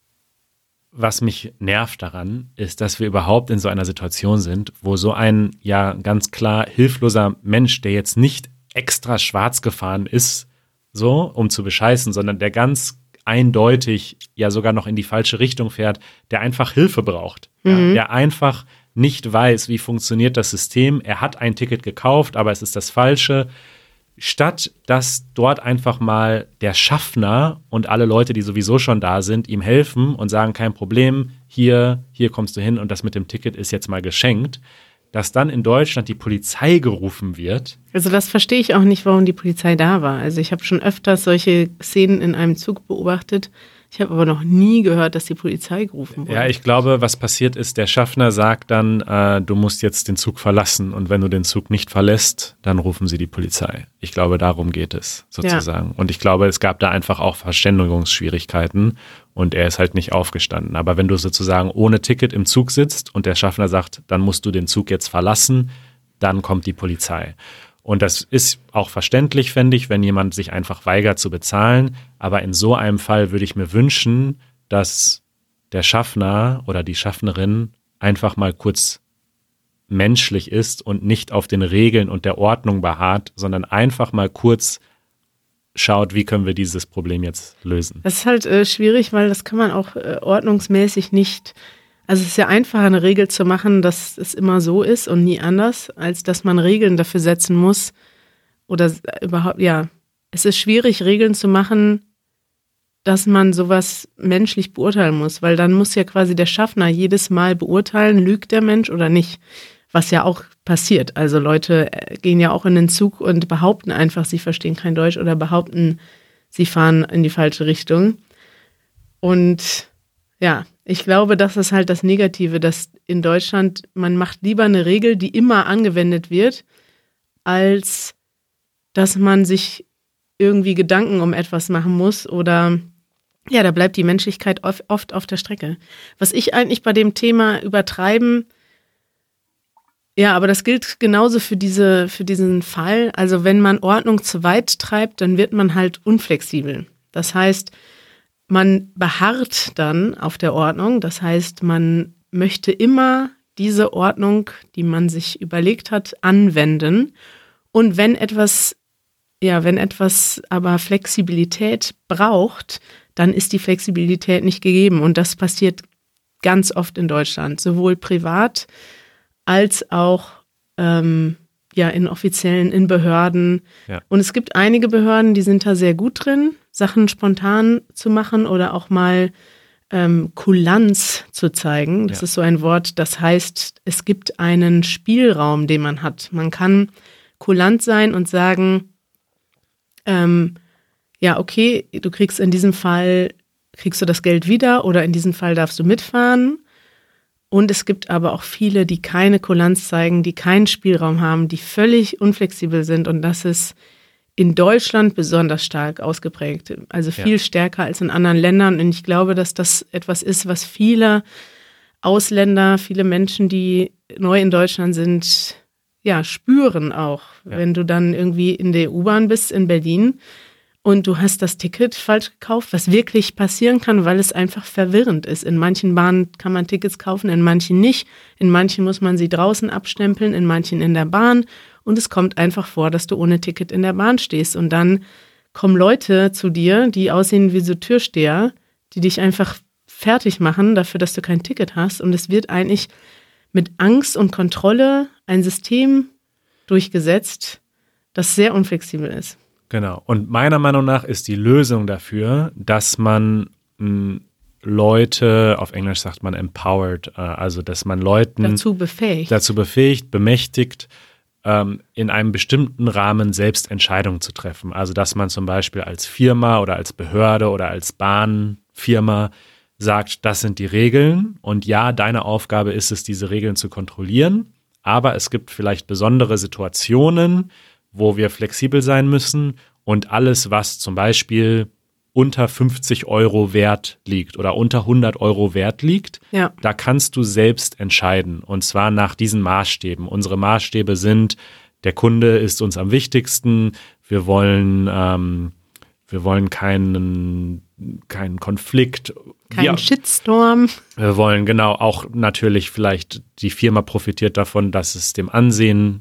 was mich nervt daran, ist, dass wir überhaupt in so einer Situation sind, wo so ein ja ganz klar hilfloser Mensch, der jetzt nicht extra schwarz gefahren ist, so, um zu bescheißen, sondern der ganz eindeutig ja sogar noch in die falsche Richtung fährt, der einfach Hilfe braucht. Ja, der einfach nicht weiß, wie funktioniert das System. Er hat ein Ticket gekauft, aber es ist das Falsche. Statt dass dort einfach mal der Schaffner und alle Leute, die sowieso schon da sind, ihm helfen und sagen, kein Problem, hier kommst du hin und das mit dem Ticket ist jetzt mal geschenkt, dass dann in Deutschland die Polizei gerufen wird. Also das verstehe ich auch nicht, warum die Polizei da war. Also ich habe schon öfters solche Szenen in einem Zug beobachtet. Ich habe aber noch nie gehört, dass die Polizei gerufen wurde. Ja, ich glaube, was passiert ist, der Schaffner sagt dann, du musst jetzt den Zug verlassen. Und wenn du den Zug nicht verlässt, dann rufen sie die Polizei. Ich glaube, darum geht es sozusagen. Ja. Und ich glaube, es gab da einfach auch Verständigungsschwierigkeiten und er ist halt nicht aufgestanden. Aber wenn du sozusagen ohne Ticket im Zug sitzt und der Schaffner sagt, dann musst du den Zug jetzt verlassen, dann kommt die Polizei. Und das ist auch verständlich, fände ich, wenn jemand sich einfach weigert zu bezahlen. Aber in so einem Fall würde ich mir wünschen, dass der Schaffner oder die Schaffnerin einfach mal kurz menschlich ist und nicht auf den Regeln und der Ordnung beharrt, sondern einfach mal kurz schaut, wie können wir dieses Problem jetzt lösen. Das ist halt schwierig, weil das kann man auch ordnungsmäßig nicht. Also es ist ja einfacher, eine Regel zu machen, dass es immer so ist und nie anders, als dass man Regeln dafür setzen muss. Oder überhaupt, ja, es ist schwierig, Regeln zu machen, dass man sowas menschlich beurteilen muss, weil dann muss ja quasi der Schaffner jedes Mal beurteilen, lügt der Mensch oder nicht, was ja auch passiert. Also Leute gehen ja auch in den Zug und behaupten einfach, sie verstehen kein Deutsch oder behaupten, sie fahren in die falsche Richtung. Und ja, ich glaube, das ist halt das Negative, dass in Deutschland man macht lieber eine Regel, die immer angewendet wird, als dass man sich irgendwie Gedanken um etwas machen muss oder ja, da bleibt die Menschlichkeit oft auf der Strecke. Was ich eigentlich bei dem Thema übertreiben, ja, aber das gilt genauso für diesen Fall. Also wenn man Ordnung zu weit treibt, dann wird man halt unflexibel. Das heißt, man beharrt dann auf der Ordnung. Das heißt, man möchte immer diese Ordnung, die man sich überlegt hat, anwenden. Und wenn etwas aber Flexibilität braucht, dann ist die Flexibilität nicht gegeben. Und das passiert ganz oft in Deutschland, sowohl privat als auch in Behörden. Ja. Und es gibt einige Behörden, die sind da sehr gut drin, Sachen spontan zu machen oder auch mal Kulanz zu zeigen. Das ist so ein Wort, das heißt, es gibt einen Spielraum, den man hat. Man kann kulant sein und sagen, okay, du kriegst in diesem Fall, kriegst du das Geld wieder oder in diesem Fall darfst du mitfahren. Und es gibt aber auch viele, die keine Kulanz zeigen, die keinen Spielraum haben, die völlig unflexibel sind. Und das ist in Deutschland besonders stark ausgeprägt. Also viel stärker als in anderen Ländern. Und ich glaube, dass das etwas ist, was viele Ausländer, viele Menschen, die neu in Deutschland sind, spüren auch. Ja. Wenn du dann irgendwie in der U-Bahn bist in Berlin und du hast das Ticket falsch gekauft, was wirklich passieren kann, weil es einfach verwirrend ist. In manchen Bahnen kann man Tickets kaufen, in manchen nicht. In manchen muss man sie draußen abstempeln, in manchen in der Bahn. Und es kommt einfach vor, dass du ohne Ticket in der Bahn stehst. Und dann kommen Leute zu dir, die aussehen wie so Türsteher, die dich einfach fertig machen dafür, dass du kein Ticket hast. Und es wird eigentlich mit Angst und Kontrolle ein System durchgesetzt, das sehr unflexibel ist. Genau. Und meiner Meinung nach ist die Lösung dafür, dass man Leute, auf Englisch sagt man empowered, also dass man Leuten dazu befähigt, bemächtigt, in einem bestimmten Rahmen selbst Entscheidungen zu treffen. Also dass man zum Beispiel als Firma oder als Behörde oder als Bahnfirma sagt, das sind die Regeln und ja, deine Aufgabe ist es, diese Regeln zu kontrollieren, aber es gibt vielleicht besondere Situationen, wo wir flexibel sein müssen und alles, was zum Beispiel unter 50 € Wert liegt oder unter 100 € Wert liegt, da kannst du selbst entscheiden und zwar nach diesen Maßstäben. Unsere Maßstäbe sind, der Kunde ist uns am wichtigsten, wir wollen keinen Konflikt. Keinen Shitstorm. Wir wollen auch natürlich vielleicht die Firma profitiert davon, dass es beim Ansehen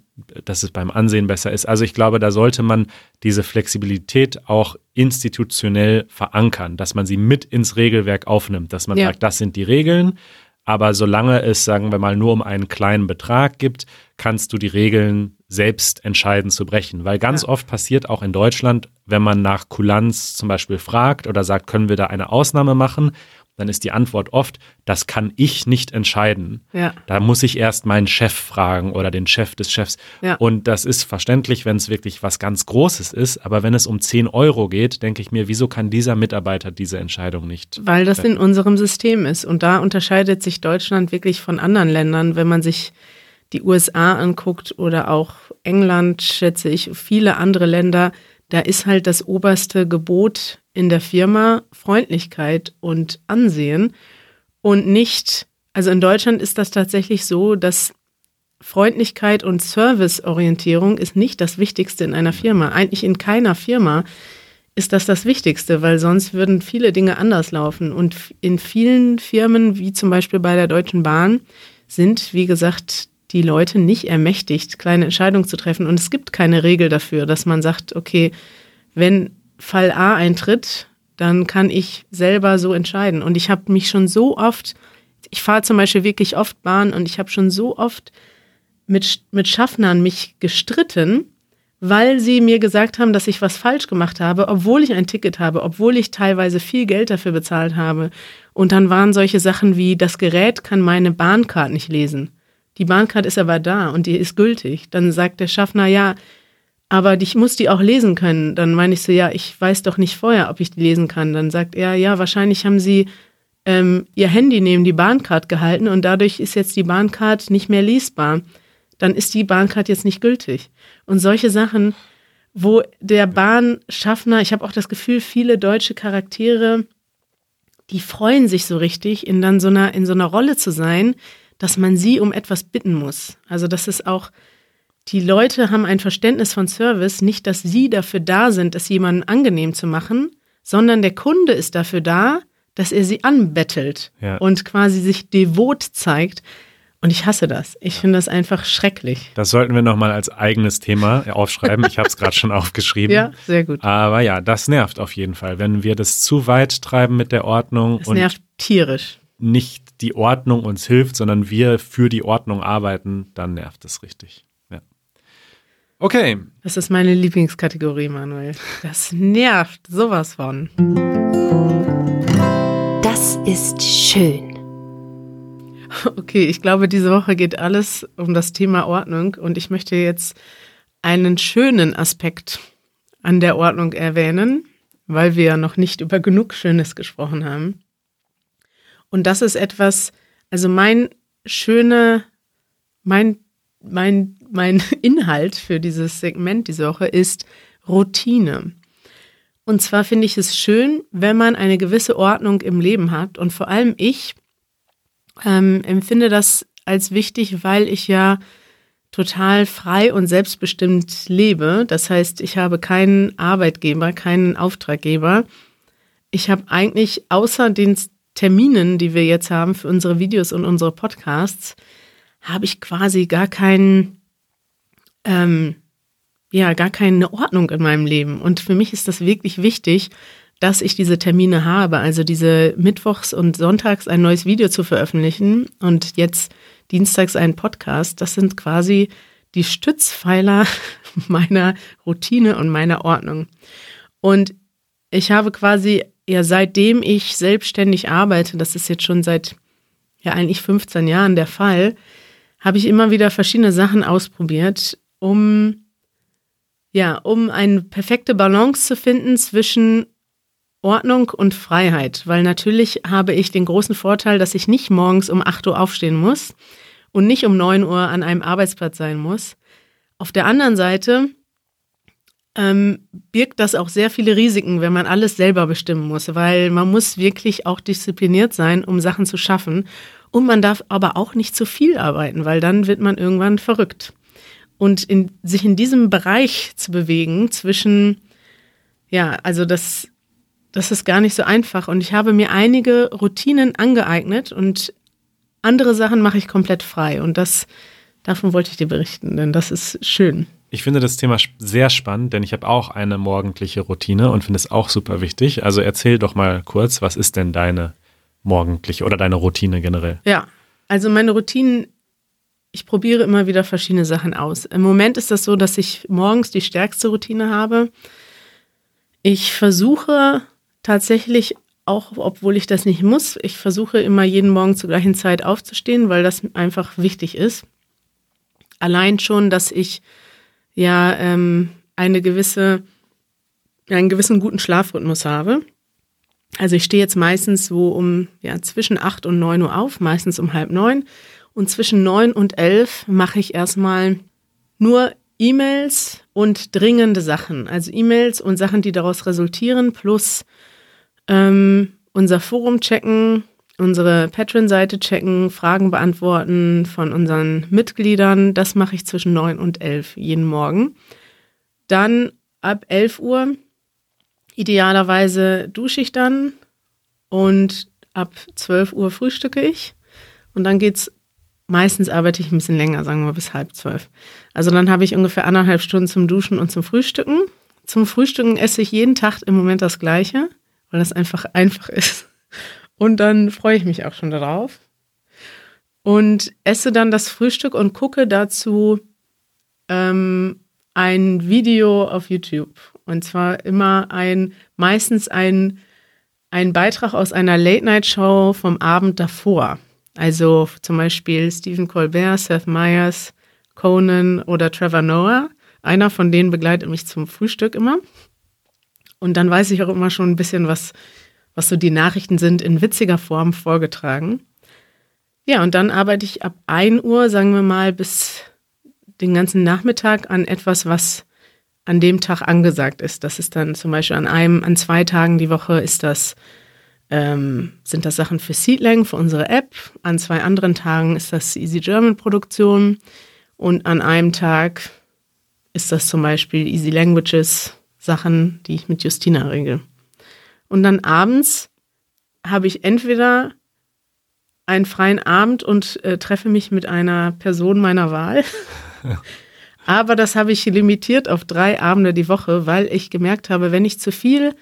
besser ist. Also ich glaube, da sollte man diese Flexibilität auch institutionell verankern, dass man sie mit ins Regelwerk aufnimmt, dass man sagt, das sind die Regeln, aber solange es, sagen wir mal, nur um einen kleinen Betrag gibt, kannst du die Regeln selbst entscheiden zu brechen. Weil ganz oft passiert auch in Deutschland, wenn man nach Kulanz zum Beispiel fragt oder sagt, können wir da eine Ausnahme machen, dann ist die Antwort oft, das kann ich nicht entscheiden. Ja. Da muss ich erst meinen Chef fragen oder den Chef des Chefs. Ja. Und das ist verständlich, wenn es wirklich was ganz Großes ist. Aber wenn es um 10 € geht, denke ich mir, wieso kann dieser Mitarbeiter diese Entscheidung nicht? Weil das in unserem System ist. Und da unterscheidet sich Deutschland wirklich von anderen Ländern, wenn man sich die USA anguckt oder auch England, schätze ich, viele andere Länder. Da ist halt das oberste Gebot in der Firma Freundlichkeit und Ansehen und nicht, also in Deutschland ist das tatsächlich so, dass Freundlichkeit und Serviceorientierung ist nicht das Wichtigste in einer Firma. Eigentlich in keiner Firma ist das Wichtigste, weil sonst würden viele Dinge anders laufen. Und in vielen Firmen, wie zum Beispiel bei der Deutschen Bahn, sind, wie gesagt, die Leute nicht ermächtigt, kleine Entscheidungen zu treffen. Und es gibt keine Regel dafür, dass man sagt, okay, wenn Fall A eintritt, dann kann ich selber so entscheiden. Und ich habe mich schon so oft, ich fahre zum Beispiel wirklich oft Bahn und ich habe schon so oft mit Schaffnern mich gestritten, weil sie mir gesagt haben, dass ich was falsch gemacht habe, obwohl ich ein Ticket habe, obwohl ich teilweise viel Geld dafür bezahlt habe. Und dann waren solche Sachen wie, das Gerät kann meine Bahncard nicht lesen. Die Bahncard ist aber da und die ist gültig. Dann sagt der Schaffner, ja, aber ich muss die auch lesen können. Dann meine ich so, ja, ich weiß doch nicht vorher, ob ich die lesen kann. Dann sagt er, ja, wahrscheinlich haben sie ihr Handy neben die Bahncard gehalten und dadurch ist jetzt die Bahncard nicht mehr lesbar. Dann ist die Bahncard jetzt nicht gültig. Und solche Sachen, wo der Bahnschaffner, ich habe auch das Gefühl, viele deutsche Charaktere, die freuen sich so richtig, in so einer Rolle zu sein, dass man sie um etwas bitten muss. Also das ist auch, die Leute haben ein Verständnis von Service, nicht, dass sie dafür da sind, es jemandem angenehm zu machen, sondern der Kunde ist dafür da, dass er sie anbettelt und quasi sich devot zeigt. Und ich hasse das. Ich finde das einfach schrecklich. Das sollten wir nochmal als eigenes Thema aufschreiben. Ich habe es gerade schon aufgeschrieben. Ja, sehr gut. Aber ja, das nervt auf jeden Fall. Wenn wir das zu weit treiben mit der Ordnung. Das nervt tierisch. Nicht die Ordnung uns hilft, sondern wir für die Ordnung arbeiten, dann nervt es richtig. Ja. Okay. Das ist meine Lieblingskategorie, Manuel. Das nervt sowas von. Das ist schön. Okay, ich glaube, diese Woche geht alles um das Thema Ordnung und ich möchte jetzt einen schönen Aspekt an der Ordnung erwähnen, weil wir ja noch nicht über genug Schönes gesprochen haben. Und das ist etwas, also mein Inhalt für dieses Segment diese Woche ist Routine. Und zwar finde ich es schön, wenn man eine gewisse Ordnung im Leben hat und vor allem ich empfinde das als wichtig, weil ich ja total frei und selbstbestimmt lebe. Das heißt, ich habe keinen Arbeitgeber, keinen Auftraggeber. Ich habe eigentlich außer den Terminen, die wir jetzt haben für unsere Videos und unsere Podcasts, habe ich quasi gar keine Ordnung in meinem Leben. Und für mich ist das wirklich wichtig, dass ich diese Termine habe, also diese mittwochs und sonntags ein neues Video zu veröffentlichen und jetzt dienstags einen Podcast. Das sind quasi die Stützpfeiler meiner Routine und meiner Ordnung. Und ich habe quasi, seitdem ich selbstständig arbeite, das ist jetzt schon seit eigentlich 15 Jahren der Fall, habe ich immer wieder verschiedene Sachen ausprobiert, um eine perfekte Balance zu finden zwischen Ordnung und Freiheit. Weil natürlich habe ich den großen Vorteil, dass ich nicht morgens um 8 Uhr aufstehen muss und nicht um 9 Uhr an einem Arbeitsplatz sein muss. Auf der anderen Seite birgt das auch sehr viele Risiken, wenn man alles selber bestimmen muss, weil man muss wirklich auch diszipliniert sein, um Sachen zu schaffen. Und man darf aber auch nicht zu viel arbeiten, weil dann wird man irgendwann verrückt. Und sich in diesem Bereich zu bewegen zwischen, das ist gar nicht so einfach. Und ich habe mir einige Routinen angeeignet und andere Sachen mache ich komplett frei. Und davon wollte ich dir berichten, denn das ist schön. Ich finde das Thema sehr spannend, denn ich habe auch eine morgendliche Routine und finde es auch super wichtig. Also erzähl doch mal kurz, was ist denn deine morgendliche oder deine Routine generell? Ja, also meine Routinen, ich probiere immer wieder verschiedene Sachen aus. Im Moment ist das so, dass ich morgens die stärkste Routine habe. Ich versuche tatsächlich auch, obwohl ich das nicht muss, ich versuche immer jeden Morgen zur gleichen Zeit aufzustehen, weil das einfach wichtig ist. Allein schon, dass ich einen gewissen guten Schlafrhythmus habe. Also ich stehe jetzt meistens so zwischen 8 und 9 Uhr auf, meistens um 8:30. Und zwischen 9 und 11 mache ich erstmal nur E-Mails und dringende Sachen. Also E-Mails und Sachen, die daraus resultieren, plus unser Forum checken, unsere Patreon-Seite checken, Fragen beantworten von unseren Mitgliedern. Das mache ich zwischen 9 und 11 jeden Morgen. Dann ab 11 Uhr idealerweise dusche ich dann und ab 12 Uhr frühstücke ich. Und dann meistens arbeite ich ein bisschen länger, sagen wir bis 11:30. Also dann habe ich ungefähr 1,5 Stunden zum Duschen und zum Frühstücken. Zum Frühstücken esse ich jeden Tag im Moment das Gleiche, weil das einfach ist. Und dann freue ich mich auch schon darauf. Und esse dann das Frühstück und gucke dazu ein Video auf YouTube. Und zwar immer meistens ein Beitrag aus einer Late-Night-Show vom Abend davor. Also zum Beispiel Stephen Colbert, Seth Meyers, Conan oder Trevor Noah. Einer von denen begleitet mich zum Frühstück immer. Und dann weiß ich auch immer schon ein bisschen, was so die Nachrichten sind, in witziger Form vorgetragen. Ja, und dann arbeite ich ab 1 Uhr, sagen wir mal, bis den ganzen Nachmittag an etwas, was an dem Tag angesagt ist. Das ist dann zum Beispiel an 2 Tagen die Woche sind das Sachen für Seedlang, für unsere App. An 2 anderen Tagen ist das Easy German Produktion. Und an einem Tag ist das zum Beispiel Easy Languages, Sachen, die ich mit Justina regel. Und dann abends habe ich entweder einen freien Abend und treffe mich mit einer Person meiner Wahl. Aber das habe ich limitiert auf 3 Abende die Woche, weil ich gemerkt habe, wenn ich zu viele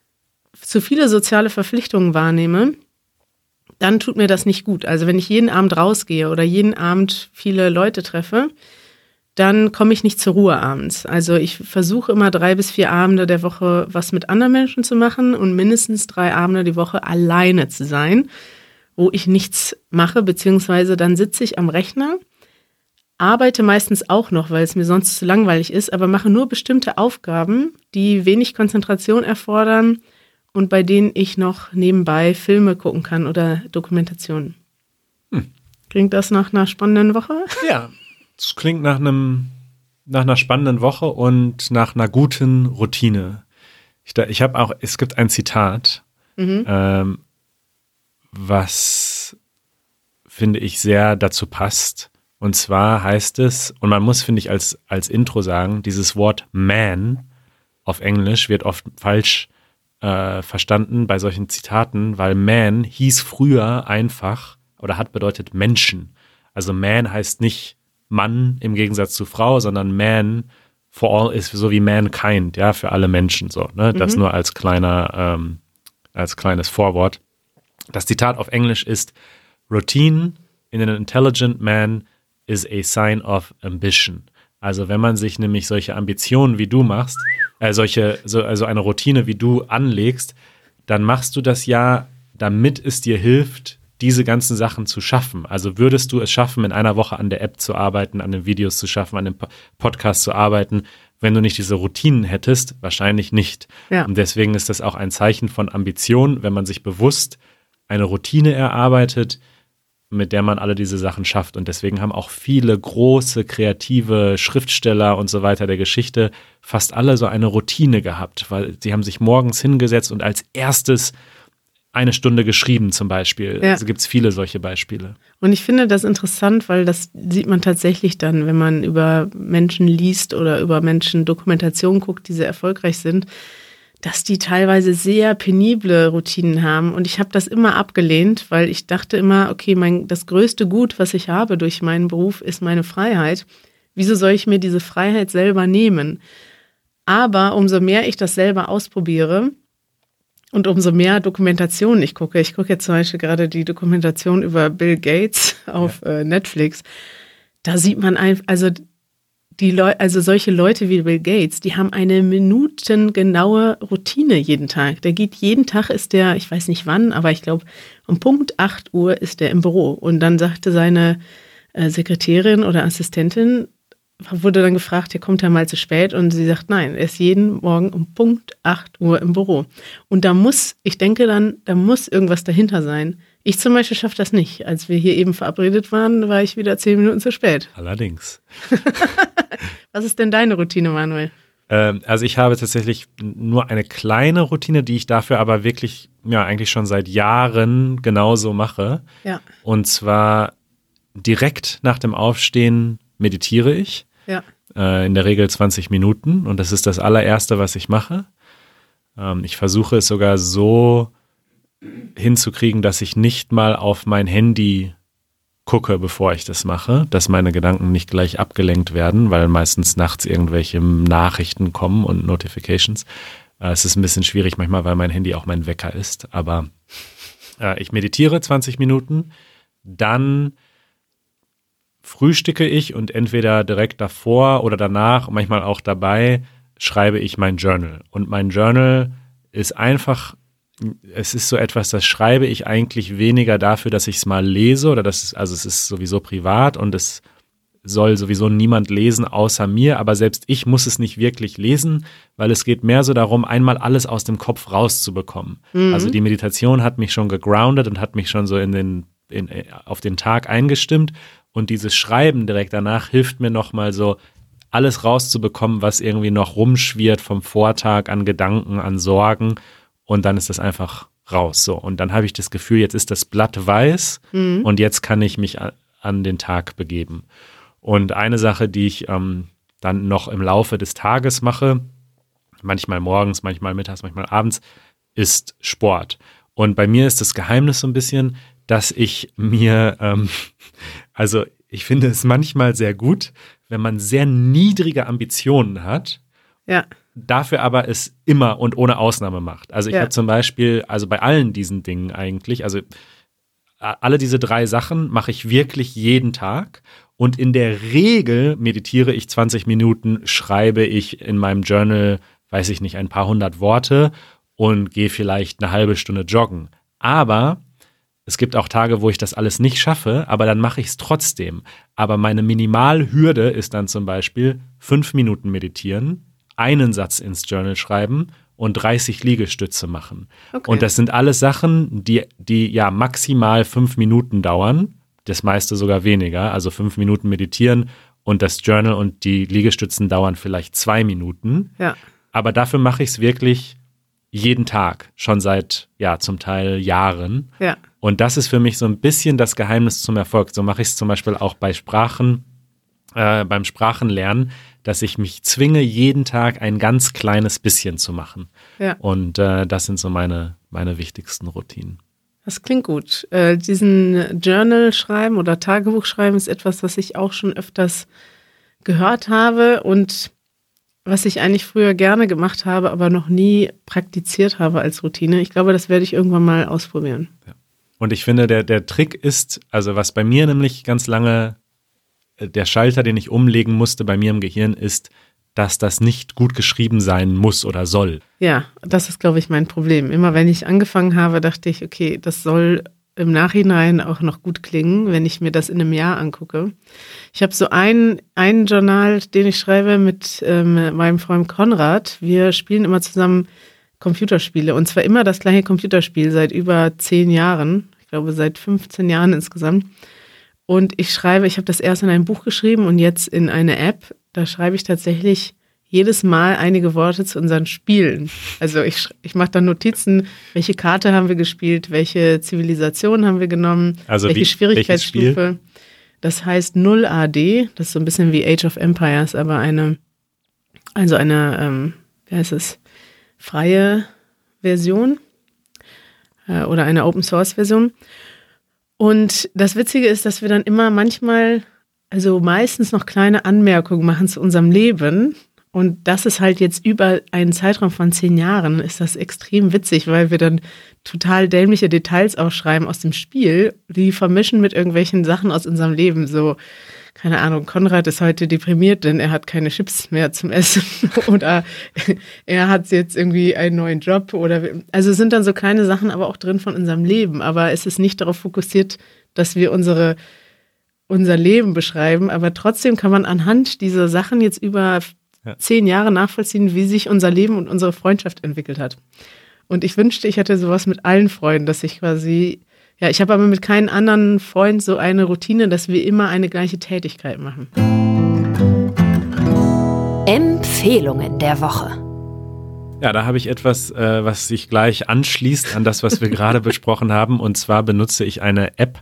soziale Verpflichtungen wahrnehme, dann tut mir das nicht gut. Also wenn ich jeden Abend rausgehe oder jeden Abend viele Leute treffe, dann komme ich nicht zur Ruhe abends. Also ich versuche immer 3 bis 4 Abende der Woche was mit anderen Menschen zu machen und mindestens 3 Abende die Woche alleine zu sein, wo ich nichts mache, beziehungsweise dann sitze ich am Rechner, arbeite meistens auch noch, weil es mir sonst zu langweilig ist, aber mache nur bestimmte Aufgaben, die wenig Konzentration erfordern und bei denen ich noch nebenbei Filme gucken kann oder Dokumentationen. Klingt das nach einer spannenden Woche? Ja, es klingt nach einer spannenden Woche und nach einer guten Routine. Es gibt ein Zitat, was, finde ich, sehr dazu passt Und zwar heißt es, und man muss, finde ich, als Intro sagen, dieses Wort man auf Englisch wird oft falsch verstanden bei solchen Zitaten, weil man hieß früher einfach oder hat bedeutet Menschen. Also man heißt nicht Mann im Gegensatz zu Frau, sondern man for all ist so wie mankind, ja, für alle Menschen so. Ne? Das nur als kleines Vorwort. Das Zitat auf Englisch ist: Routine in an intelligent man is a sign of ambition. Also wenn man sich nämlich solche Ambitionen wie du machst, also eine Routine wie du anlegst, dann machst du das ja, damit es dir hilft, diese ganzen Sachen zu schaffen. Also würdest du es schaffen, in einer Woche an der App zu arbeiten, an den Videos zu schaffen, an dem Podcast zu arbeiten, wenn du nicht diese Routinen hättest? Wahrscheinlich nicht. Ja. Und deswegen ist das auch ein Zeichen von Ambition, wenn man sich bewusst eine Routine erarbeitet, mit der man alle diese Sachen schafft. Und deswegen haben auch viele große, kreative Schriftsteller und so weiter der Geschichte fast alle so eine Routine gehabt, weil sie haben sich morgens hingesetzt und als erstes eine Stunde geschrieben zum Beispiel. Ja. Also gibt es viele solche Beispiele. Und ich finde das interessant, weil das sieht man tatsächlich dann, wenn man über Menschen liest oder über Menschen Dokumentationen guckt, die sehr erfolgreich sind, dass die teilweise sehr penible Routinen haben. Und ich habe das immer abgelehnt, weil ich dachte immer, okay, das größte Gut, was ich habe durch meinen Beruf, ist meine Freiheit. Wieso soll ich mir diese Freiheit selber nehmen? Aber umso mehr ich das selber ausprobiere und umso mehr Dokumentationen ich gucke jetzt zum Beispiel gerade die Dokumentation über Bill Gates auf Netflix, da sieht man einfach, also solche Leute wie Bill Gates, die haben eine minutengenaue Routine jeden Tag. Der geht jeden Tag, ist der, ich weiß nicht wann, aber ich glaube, um Punkt 8 Uhr ist der im Büro. Und dann sagte seine Sekretärin oder Assistentin, wurde dann gefragt, kommt er mal zu spät? Und sie sagt, nein, er ist jeden Morgen um Punkt 8 Uhr im Büro. Und da muss irgendwas dahinter sein. Ich zum Beispiel schaffe das nicht. Als wir hier eben verabredet waren, war ich wieder 10 Minuten zu spät. Allerdings. Was ist denn deine Routine, Manuel? Also ich habe tatsächlich nur eine kleine Routine, die ich dafür aber wirklich, ja, eigentlich schon seit Jahren genauso mache. Ja. Und zwar direkt nach dem Aufstehen meditiere ich. Ja. In der Regel 20 Minuten. Und das ist das allererste, was ich mache. Ich versuche es sogar so hinzukriegen, dass ich nicht mal auf mein Handy gucke, bevor ich das mache, dass meine Gedanken nicht gleich abgelenkt werden, weil meistens nachts irgendwelche Nachrichten kommen und Notifications. Es ist ein bisschen schwierig manchmal, weil mein Handy auch mein Wecker ist, aber ich meditiere 20 Minuten, dann frühstücke ich und entweder direkt davor oder danach, manchmal auch dabei, schreibe ich mein Journal. Und mein Journal ist einfach, es ist so etwas, das schreibe ich eigentlich weniger dafür, dass ich es mal lese oder es ist sowieso privat und es soll sowieso niemand lesen außer mir, aber selbst ich muss es nicht wirklich lesen, weil es geht mehr so darum, einmal alles aus dem Kopf rauszubekommen. Mhm. Also die Meditation hat mich schon gegroundet und hat mich schon so auf den Tag eingestimmt und dieses Schreiben direkt danach hilft mir nochmal so, alles rauszubekommen, was irgendwie noch rumschwirrt vom Vortag an Gedanken, an Sorgen. Und dann ist das einfach raus. So. Und dann habe ich das Gefühl, jetzt ist das Blatt weiß und jetzt kann ich mich an den Tag begeben. Und eine Sache, die ich dann noch im Laufe des Tages mache, manchmal morgens, manchmal mittags, manchmal abends, ist Sport. Und bei mir ist das Geheimnis so ein bisschen, dass ich mir, also ich finde es manchmal sehr gut, wenn man sehr niedrige Ambitionen hat, ja, dafür aber es immer und ohne Ausnahme macht. Also ich habe zum Beispiel, also bei allen diesen Dingen eigentlich, also alle diese 3 Sachen mache ich wirklich jeden Tag und in der Regel meditiere ich 20 Minuten, schreibe ich in meinem Journal, weiß ich nicht, ein paar 100 Worte und gehe vielleicht eine halbe Stunde joggen. Aber es gibt auch Tage, wo ich das alles nicht schaffe, aber dann mache ich es trotzdem. Aber meine Minimalhürde ist dann zum Beispiel 5 Minuten meditieren, einen Satz ins Journal schreiben und 30 Liegestütze machen. Okay. Und das sind alles Sachen, die ja maximal 5 Minuten dauern, das meiste sogar weniger, also 5 Minuten meditieren und das Journal und die Liegestützen dauern vielleicht 2 Minuten. Ja. Aber dafür mache ich es wirklich jeden Tag, schon seit, zum Teil Jahren. Ja. Und das ist für mich so ein bisschen das Geheimnis zum Erfolg. So mache ich es zum Beispiel auch bei Sprachen, beim Sprachenlernen, dass ich mich zwinge, jeden Tag ein ganz kleines bisschen zu machen. Ja. Und das sind so meine wichtigsten Routinen. Das klingt gut. Diesen Journal schreiben oder Tagebuch schreiben ist etwas, was ich auch schon öfters gehört habe und was ich eigentlich früher gerne gemacht habe, aber noch nie praktiziert habe als Routine. Ich glaube, das werde ich irgendwann mal ausprobieren. Ja. Und ich finde, der Trick ist, also was bei mir nämlich ganz lange der Schalter, den ich umlegen musste bei mir im Gehirn, ist, dass das nicht gut geschrieben sein muss oder soll. Ja, das ist, glaube ich, mein Problem. Immer wenn ich angefangen habe, dachte ich, okay, das soll im Nachhinein auch noch gut klingen, wenn ich mir das in einem Jahr angucke. Ich habe so einen Journal, den ich schreibe mit meinem Freund Konrad. Wir spielen immer zusammen Computerspiele und zwar immer das gleiche Computerspiel seit über 10 Jahren. Ich glaube, seit 15 Jahren insgesamt. Und ich habe das erst in ein Buch geschrieben und jetzt in eine App. Da schreibe ich tatsächlich jedes Mal einige Worte zu unseren Spielen. Also ich mache dann Notizen, welche Karte haben wir gespielt, welche Zivilisation haben wir genommen, also welche Schwierigkeitsstufe. Das heißt 0AD, das ist so ein bisschen wie Age of Empires, aber eine freie Version oder eine Open Source Version. Und das Witzige ist, dass wir dann immer meistens noch kleine Anmerkungen machen zu unserem Leben. Und das ist halt jetzt über einen Zeitraum von 10 Jahren, ist das extrem witzig, weil wir dann total dämliche Details aufschreiben aus dem Spiel, die vermischen mit irgendwelchen Sachen aus unserem Leben. So, keine Ahnung, Konrad ist heute deprimiert, denn er hat keine Chips mehr zum Essen oder er hat jetzt irgendwie einen neuen Job also sind dann so kleine Sachen aber auch drin von unserem Leben, aber es ist nicht darauf fokussiert, dass wir unser Leben beschreiben, aber trotzdem kann man anhand dieser Sachen jetzt über 10 Jahre nachvollziehen, wie sich unser Leben und unsere Freundschaft entwickelt hat. Und ich wünschte, ich hätte sowas mit allen Freunden, dass ich quasi, ich habe aber mit keinem anderen Freund so eine Routine, dass wir immer eine gleiche Tätigkeit machen. Empfehlungen der Woche. Ja, da habe ich etwas, was sich gleich anschließt an das, was wir gerade besprochen haben. Und zwar benutze ich eine App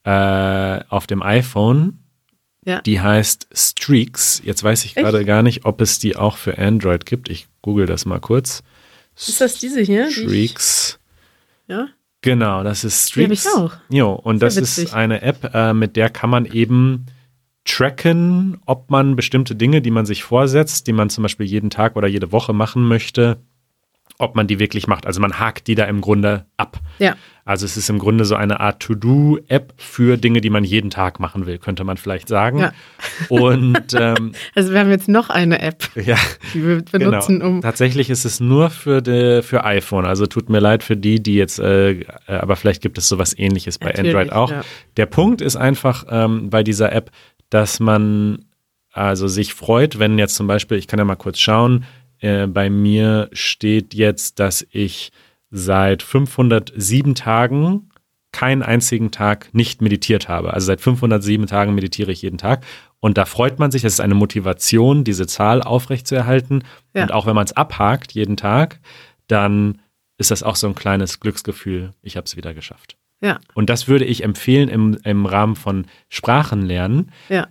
auf dem iPhone, die heißt Streaks. Jetzt weiß ich gerade gar nicht, ob es die auch für Android gibt. Ich google das mal kurz. Ist das diese hier? Streaks. Ja. Genau, das ist Streaks. Die habe ich auch. Jo, und das ist eine App, mit der kann man eben tracken, ob man bestimmte Dinge, die man sich vorsetzt, die man zum Beispiel jeden Tag oder jede Woche machen möchte, ob man die wirklich macht. Also man hakt die da im Grunde ab. Ja. Also es ist im Grunde so eine Art To-Do-App für Dinge, die man jeden Tag machen will, könnte man vielleicht sagen. Ja. Und also wir haben jetzt noch eine App, die wir benutzen, genau. Tatsächlich ist es nur für iPhone. Also tut mir leid für die jetzt, aber vielleicht gibt es sowas Ähnliches bei Android auch. Ja. Der Punkt ist einfach bei dieser App, dass man also sich freut, wenn jetzt zum Beispiel, ich kann ja mal kurz schauen, bei mir steht jetzt, dass ich seit 507 Tagen keinen einzigen Tag nicht meditiert habe. Also seit 507 Tagen meditiere ich jeden Tag. Und da freut man sich, das ist eine Motivation, diese Zahl aufrechtzuerhalten. Ja. Und auch wenn man es abhakt jeden Tag, dann ist das auch so ein kleines Glücksgefühl, ich habe es wieder geschafft. Ja. Und das würde ich empfehlen im Rahmen von Sprachenlernen,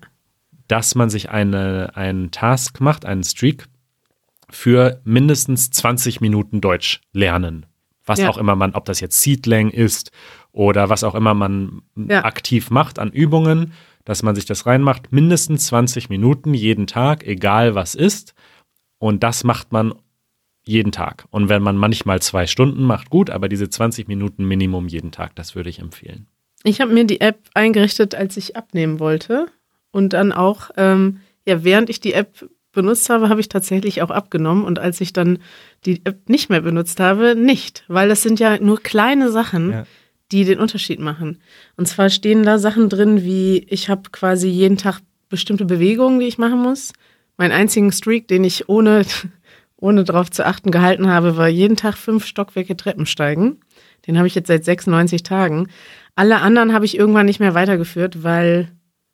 dass man sich einen Task macht, einen Streak, für mindestens 20 Minuten Deutsch lernen. Was auch immer man, ob das jetzt Seedlang ist oder was auch immer man aktiv macht an Übungen, dass man sich das reinmacht, mindestens 20 Minuten jeden Tag, egal was ist. Und das macht man jeden Tag. Und wenn man manchmal 2 Stunden macht, gut, aber diese 20 Minuten Minimum jeden Tag, das würde ich empfehlen. Ich habe mir die App eingerichtet, als ich abnehmen wollte. Und dann auch, während ich die App benutzt habe, habe ich tatsächlich auch abgenommen. Und als ich dann die App nicht mehr benutzt habe, nicht. Weil das sind ja nur kleine Sachen, die den Unterschied machen. Und zwar stehen da Sachen drin, wie ich habe quasi jeden Tag bestimmte Bewegungen, die ich machen muss. Mein einzigen Streak, den ich ohne drauf zu achten gehalten habe, war jeden Tag 5 Stockwerke Treppen steigen. Den habe ich jetzt seit 96 Tagen. Alle anderen habe ich irgendwann nicht mehr weitergeführt, weil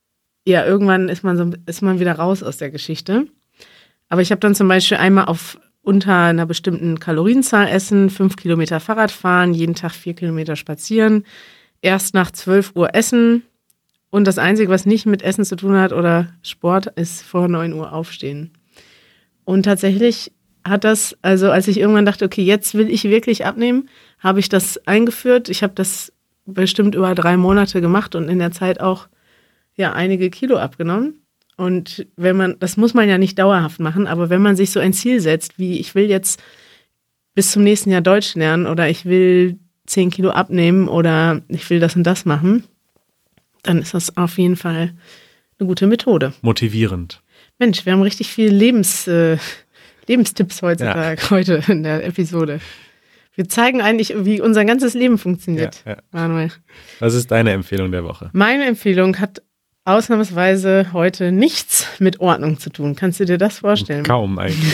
irgendwann ist man wieder raus aus der Geschichte. Aber ich habe dann zum Beispiel einmal auf unter einer bestimmten Kalorienzahl essen, 5 Kilometer Fahrrad fahren, jeden Tag 4 Kilometer spazieren, erst nach 12 Uhr essen und das Einzige, was nicht mit Essen zu tun hat oder Sport, ist vor 9 Uhr aufstehen. Und tatsächlich hat das, also als ich irgendwann dachte, okay, jetzt will ich wirklich abnehmen, habe ich das eingeführt. Ich habe das bestimmt über 3 Monate gemacht und in der Zeit auch einige Kilo abgenommen. Und das muss man ja nicht dauerhaft machen, aber wenn man sich so ein Ziel setzt, wie ich will jetzt bis zum nächsten Jahr Deutsch lernen oder ich will 10 Kilo abnehmen oder ich will das und das machen, dann ist das auf jeden Fall eine gute Methode. Motivierend. Mensch, wir haben richtig viele Lebenstipps heute in der Episode. Wir zeigen eigentlich, wie unser ganzes Leben funktioniert, Manuel. Was ist deine Empfehlung der Woche? Meine Empfehlung hat ausnahmsweise heute nichts mit Ordnung zu tun. Kannst du dir das vorstellen? Kaum eigentlich.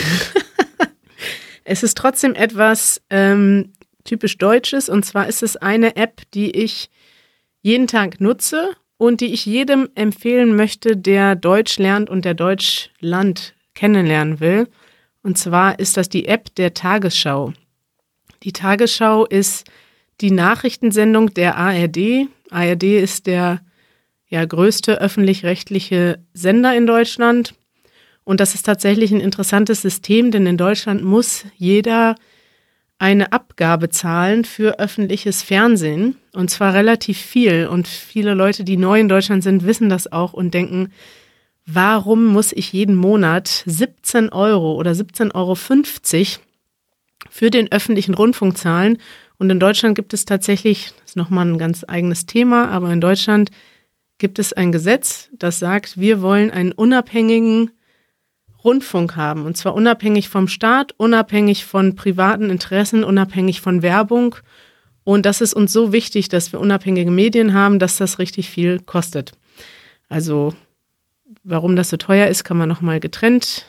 Es ist trotzdem etwas typisch Deutsches, und zwar ist es eine App, die ich jeden Tag nutze und die ich jedem empfehlen möchte, der Deutsch lernt und der Deutschland kennenlernen will. Und zwar ist das die App der Tagesschau. Die Tagesschau ist die Nachrichtensendung der ARD. ARD ist der größte öffentlich-rechtliche Sender in Deutschland. Und das ist tatsächlich ein interessantes System, denn in Deutschland muss jeder eine Abgabe zahlen für öffentliches Fernsehen. Und zwar relativ viel. Und viele Leute, die neu in Deutschland sind, wissen das auch und denken, warum muss ich jeden Monat 17 € oder 17,50 € für den öffentlichen Rundfunk zahlen? Und in Deutschland gibt es tatsächlich, das ist nochmal ein ganz eigenes Thema, aber in Deutschland gibt es ein Gesetz, das sagt, wir wollen einen unabhängigen Rundfunk haben. Und zwar unabhängig vom Staat, unabhängig von privaten Interessen, unabhängig von Werbung. Und das ist uns so wichtig, dass wir unabhängige Medien haben, dass das richtig viel kostet. Also warum das so teuer ist, kann man nochmal getrennt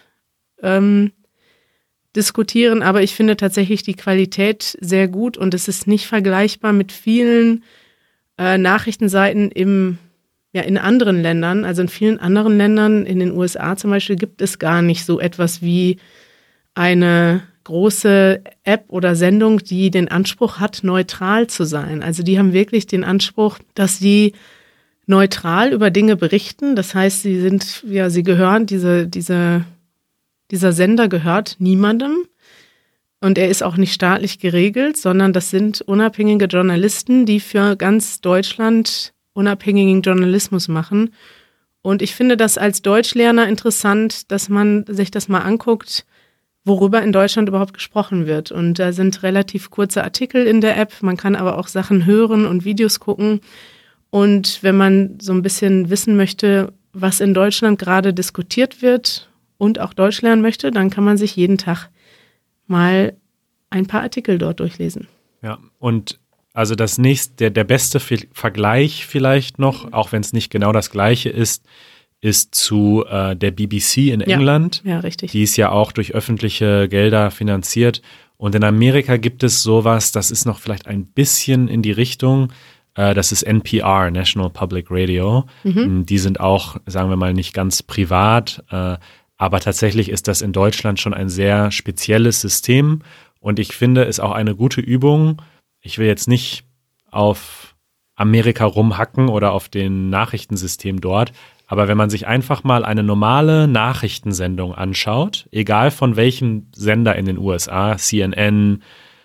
diskutieren. Aber ich finde tatsächlich die Qualität sehr gut und es ist nicht vergleichbar mit vielen Nachrichtenseiten in anderen Ländern, also in vielen anderen Ländern, in den USA zum Beispiel, gibt es gar nicht so etwas wie eine große App oder Sendung, die den Anspruch hat, neutral zu sein. Also die haben wirklich den Anspruch, dass sie neutral über Dinge berichten. Das heißt, sie gehören, dieser Sender gehört niemandem und er ist auch nicht staatlich geregelt, sondern das sind unabhängige Journalisten, die für ganz Deutschland unabhängigen Journalismus machen. Und ich finde das als Deutschlerner interessant, dass man sich das mal anguckt, worüber in Deutschland überhaupt gesprochen wird. Und da sind relativ kurze Artikel in der App. Man kann aber auch Sachen hören und Videos gucken. Und wenn man so ein bisschen wissen möchte, was in Deutschland gerade diskutiert wird und auch Deutsch lernen möchte, dann kann man sich jeden Tag mal ein paar Artikel dort durchlesen. Ja, und also der beste Vergleich vielleicht noch, auch wenn es nicht genau das Gleiche ist zu der BBC in England. Ja, richtig. Die ist ja auch durch öffentliche Gelder finanziert. Und in Amerika gibt es sowas, das ist noch vielleicht ein bisschen in die Richtung, das ist NPR, National Public Radio. Die sind auch, sagen wir mal, nicht ganz privat, aber tatsächlich ist das in Deutschland schon ein sehr spezielles System. Und ich finde, es auch eine gute Übung. Ich will jetzt nicht auf Amerika rumhacken oder auf den Nachrichtensystem dort, aber wenn man sich einfach mal eine normale Nachrichtensendung anschaut, egal von welchem Sender in den USA, CNN,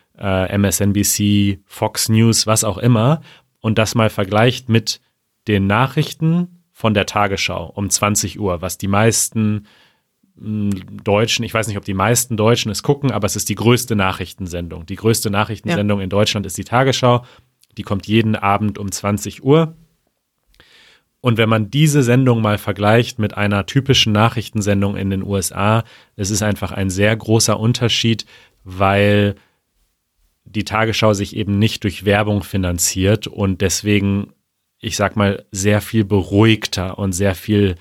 MSNBC, Fox News, was auch immer, und das mal vergleicht mit den Nachrichten von der Tagesschau um 20 Uhr, was die meisten Deutschen, ich weiß nicht, ob die meisten Deutschen es gucken, aber es ist die größte Nachrichtensendung. Die größte Nachrichtensendung in Deutschland ist die Tagesschau. Die kommt jeden Abend um 20 Uhr. Und wenn man diese Sendung mal vergleicht mit einer typischen Nachrichtensendung in den USA, es ist einfach ein sehr großer Unterschied, weil die Tagesschau sich eben nicht durch Werbung finanziert und deswegen, ich sag mal, sehr viel beruhigter und sehr viel,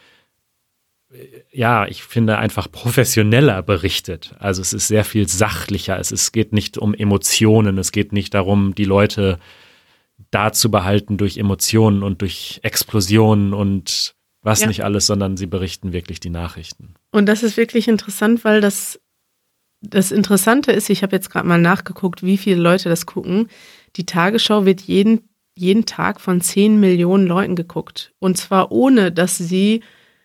ich finde einfach professioneller berichtet. Also es ist sehr viel sachlicher. Es geht nicht um Emotionen. Es geht nicht darum, die Leute da zu behalten durch Emotionen und durch Explosionen und nicht alles, sondern sie berichten wirklich die Nachrichten. Und das ist wirklich interessant, weil das das Interessante ist, ich habe jetzt gerade mal nachgeguckt, wie viele Leute das gucken. Die Tagesschau wird jeden Tag von 10 Millionen Leuten geguckt. Und zwar ohne, dass sie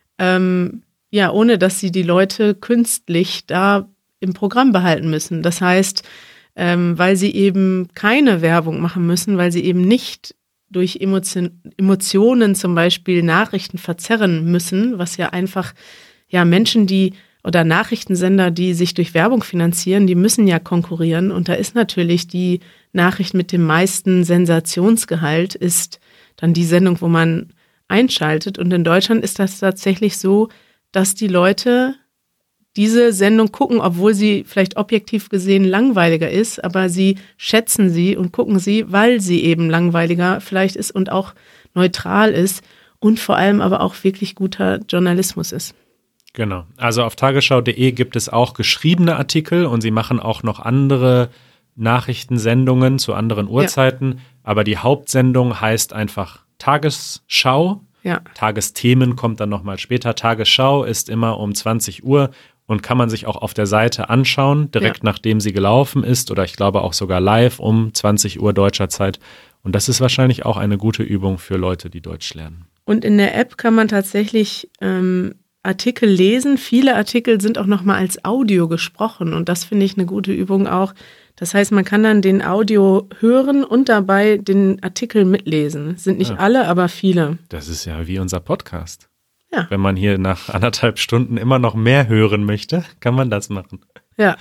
die Leute künstlich da im Programm behalten müssen. Das heißt, weil sie eben keine Werbung machen müssen, weil sie eben nicht durch Emotionen zum Beispiel Nachrichten verzerren müssen, was ja einfach, Menschen, oder Nachrichtensender, die sich durch Werbung finanzieren, die müssen ja konkurrieren. Und da ist natürlich die Nachricht mit dem meisten Sensationsgehalt ist dann die Sendung, wo man einschaltet. Und in Deutschland ist das tatsächlich so, dass die Leute diese Sendung gucken, obwohl sie vielleicht objektiv gesehen langweiliger ist, aber sie schätzen sie und gucken sie, weil sie eben langweiliger vielleicht ist und auch neutral ist und vor allem aber auch wirklich guter Journalismus ist. Genau. Also auf tagesschau.de gibt es auch geschriebene Artikel und sie machen auch noch andere Nachrichtensendungen zu anderen Uhrzeiten, aber die Hauptsendung heißt einfach Tagesschau. Ja. Tagesthemen kommt dann nochmal später. Tagesschau ist immer um 20 Uhr und kann man sich auch auf der Seite anschauen, direkt nachdem sie gelaufen ist oder ich glaube auch sogar live um 20 Uhr deutscher Zeit. Und das ist wahrscheinlich auch eine gute Übung für Leute, die Deutsch lernen. Und in der App kann man tatsächlich Artikel lesen. Viele Artikel sind auch nochmal als Audio gesprochen und das finde ich eine gute Übung auch. Das heißt, man kann dann den Audio hören und dabei den Artikel mitlesen. Sind nicht alle, aber viele. Das ist ja wie unser Podcast. Ja. Wenn man hier nach 1,5 Stunden immer noch mehr hören möchte, kann man das machen. Ja.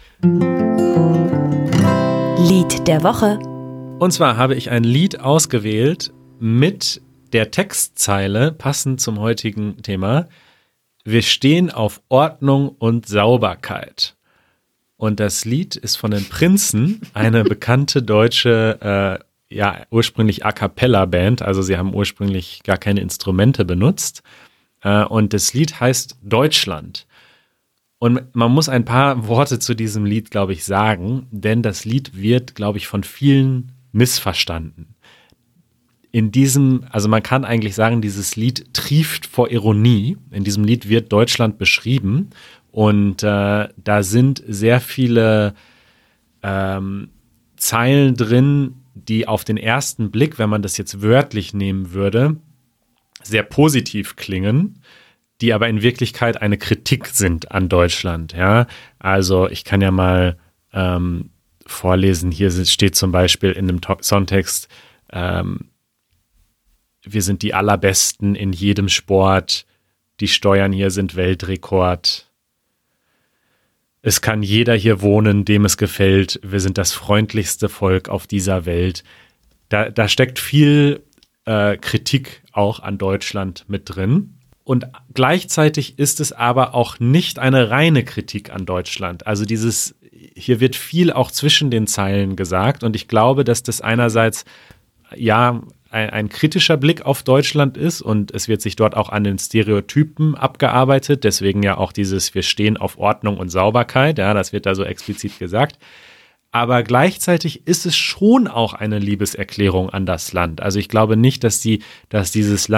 Lied der Woche. Und zwar habe ich ein Lied ausgewählt mit der Textzeile, passend zum heutigen Thema: Wir stehen auf Ordnung und Sauberkeit. Und das Lied ist von den Prinzen, eine bekannte deutsche, ursprünglich A-Cappella-Band. Also sie haben ursprünglich gar keine Instrumente benutzt. Und das Lied heißt Deutschland. Und man muss ein paar Worte zu diesem Lied, glaube ich, sagen, denn das Lied wird, glaube ich, von vielen missverstanden. Also man kann eigentlich sagen, dieses Lied trieft vor Ironie. In diesem Lied wird Deutschland beschrieben und da sind sehr viele Zeilen drin, die auf den ersten Blick, wenn man das jetzt wörtlich nehmen würde, sehr positiv klingen, die aber in Wirklichkeit eine Kritik sind an Deutschland. Ja? Also ich kann ja mal vorlesen, hier steht zum Beispiel in dem Songtext, wir sind die Allerbesten in jedem Sport. Die Steuern hier sind Weltrekord. Es kann jeder hier wohnen, dem es gefällt. Wir sind das freundlichste Volk auf dieser Welt. Da steckt viel Kritik auch an Deutschland mit drin. Und gleichzeitig ist es aber auch nicht eine reine Kritik an Deutschland. Also hier wird viel auch zwischen den Zeilen gesagt. Und ich glaube, dass das einerseits ein kritischer Blick auf Deutschland ist und es wird sich dort auch an den Stereotypen abgearbeitet, deswegen ja auch wir stehen auf Ordnung und Sauberkeit, das wird da so explizit gesagt, aber gleichzeitig ist es schon auch eine Liebeserklärung an das Land. Also ich glaube nicht, dass dieses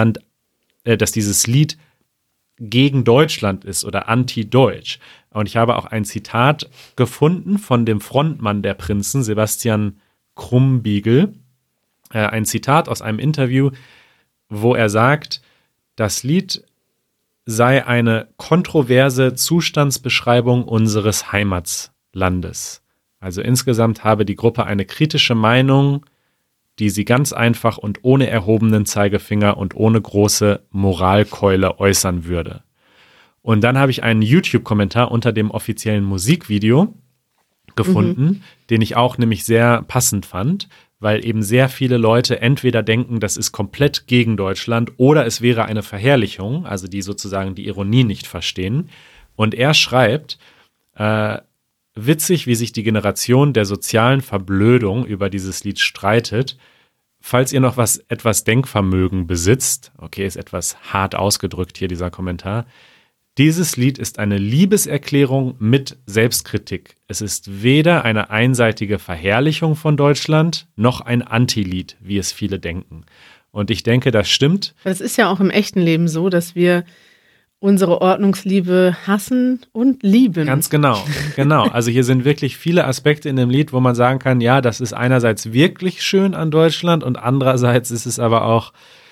Lied gegen Deutschland ist oder anti-deutsch. Und ich habe auch ein Zitat gefunden von dem Frontmann der Prinzen, Sebastian Krumbiegel, ein Zitat aus einem Interview, wo er sagt, das Lied sei eine kontroverse Zustandsbeschreibung unseres Heimatlandes. Also insgesamt habe die Gruppe eine kritische Meinung, die sie ganz einfach und ohne erhobenen Zeigefinger und ohne große Moralkeule äußern würde. Und dann habe ich einen YouTube-Kommentar unter dem offiziellen Musikvideo gefunden, den ich auch nämlich sehr passend fand, weil eben sehr viele Leute entweder denken, das ist komplett gegen Deutschland oder es wäre eine Verherrlichung, also die sozusagen die Ironie nicht verstehen. Und er schreibt, witzig, wie sich die Generation der sozialen Verblödung über dieses Lied streitet. Falls ihr noch etwas Denkvermögen besitzt, okay, ist etwas hart ausgedrückt hier dieser Kommentar, dieses Lied ist eine Liebeserklärung mit Selbstkritik. Es ist weder eine einseitige Verherrlichung von Deutschland, noch ein Antilied, wie es viele denken. Und ich denke, das stimmt. Das ist ja auch im echten Leben so, dass wir unsere Ordnungsliebe hassen und lieben. Ganz genau. Also hier sind wirklich viele Aspekte in dem Lied, wo man sagen kann, ja, das ist einerseits wirklich schön an Deutschland und andererseits ist es aber auch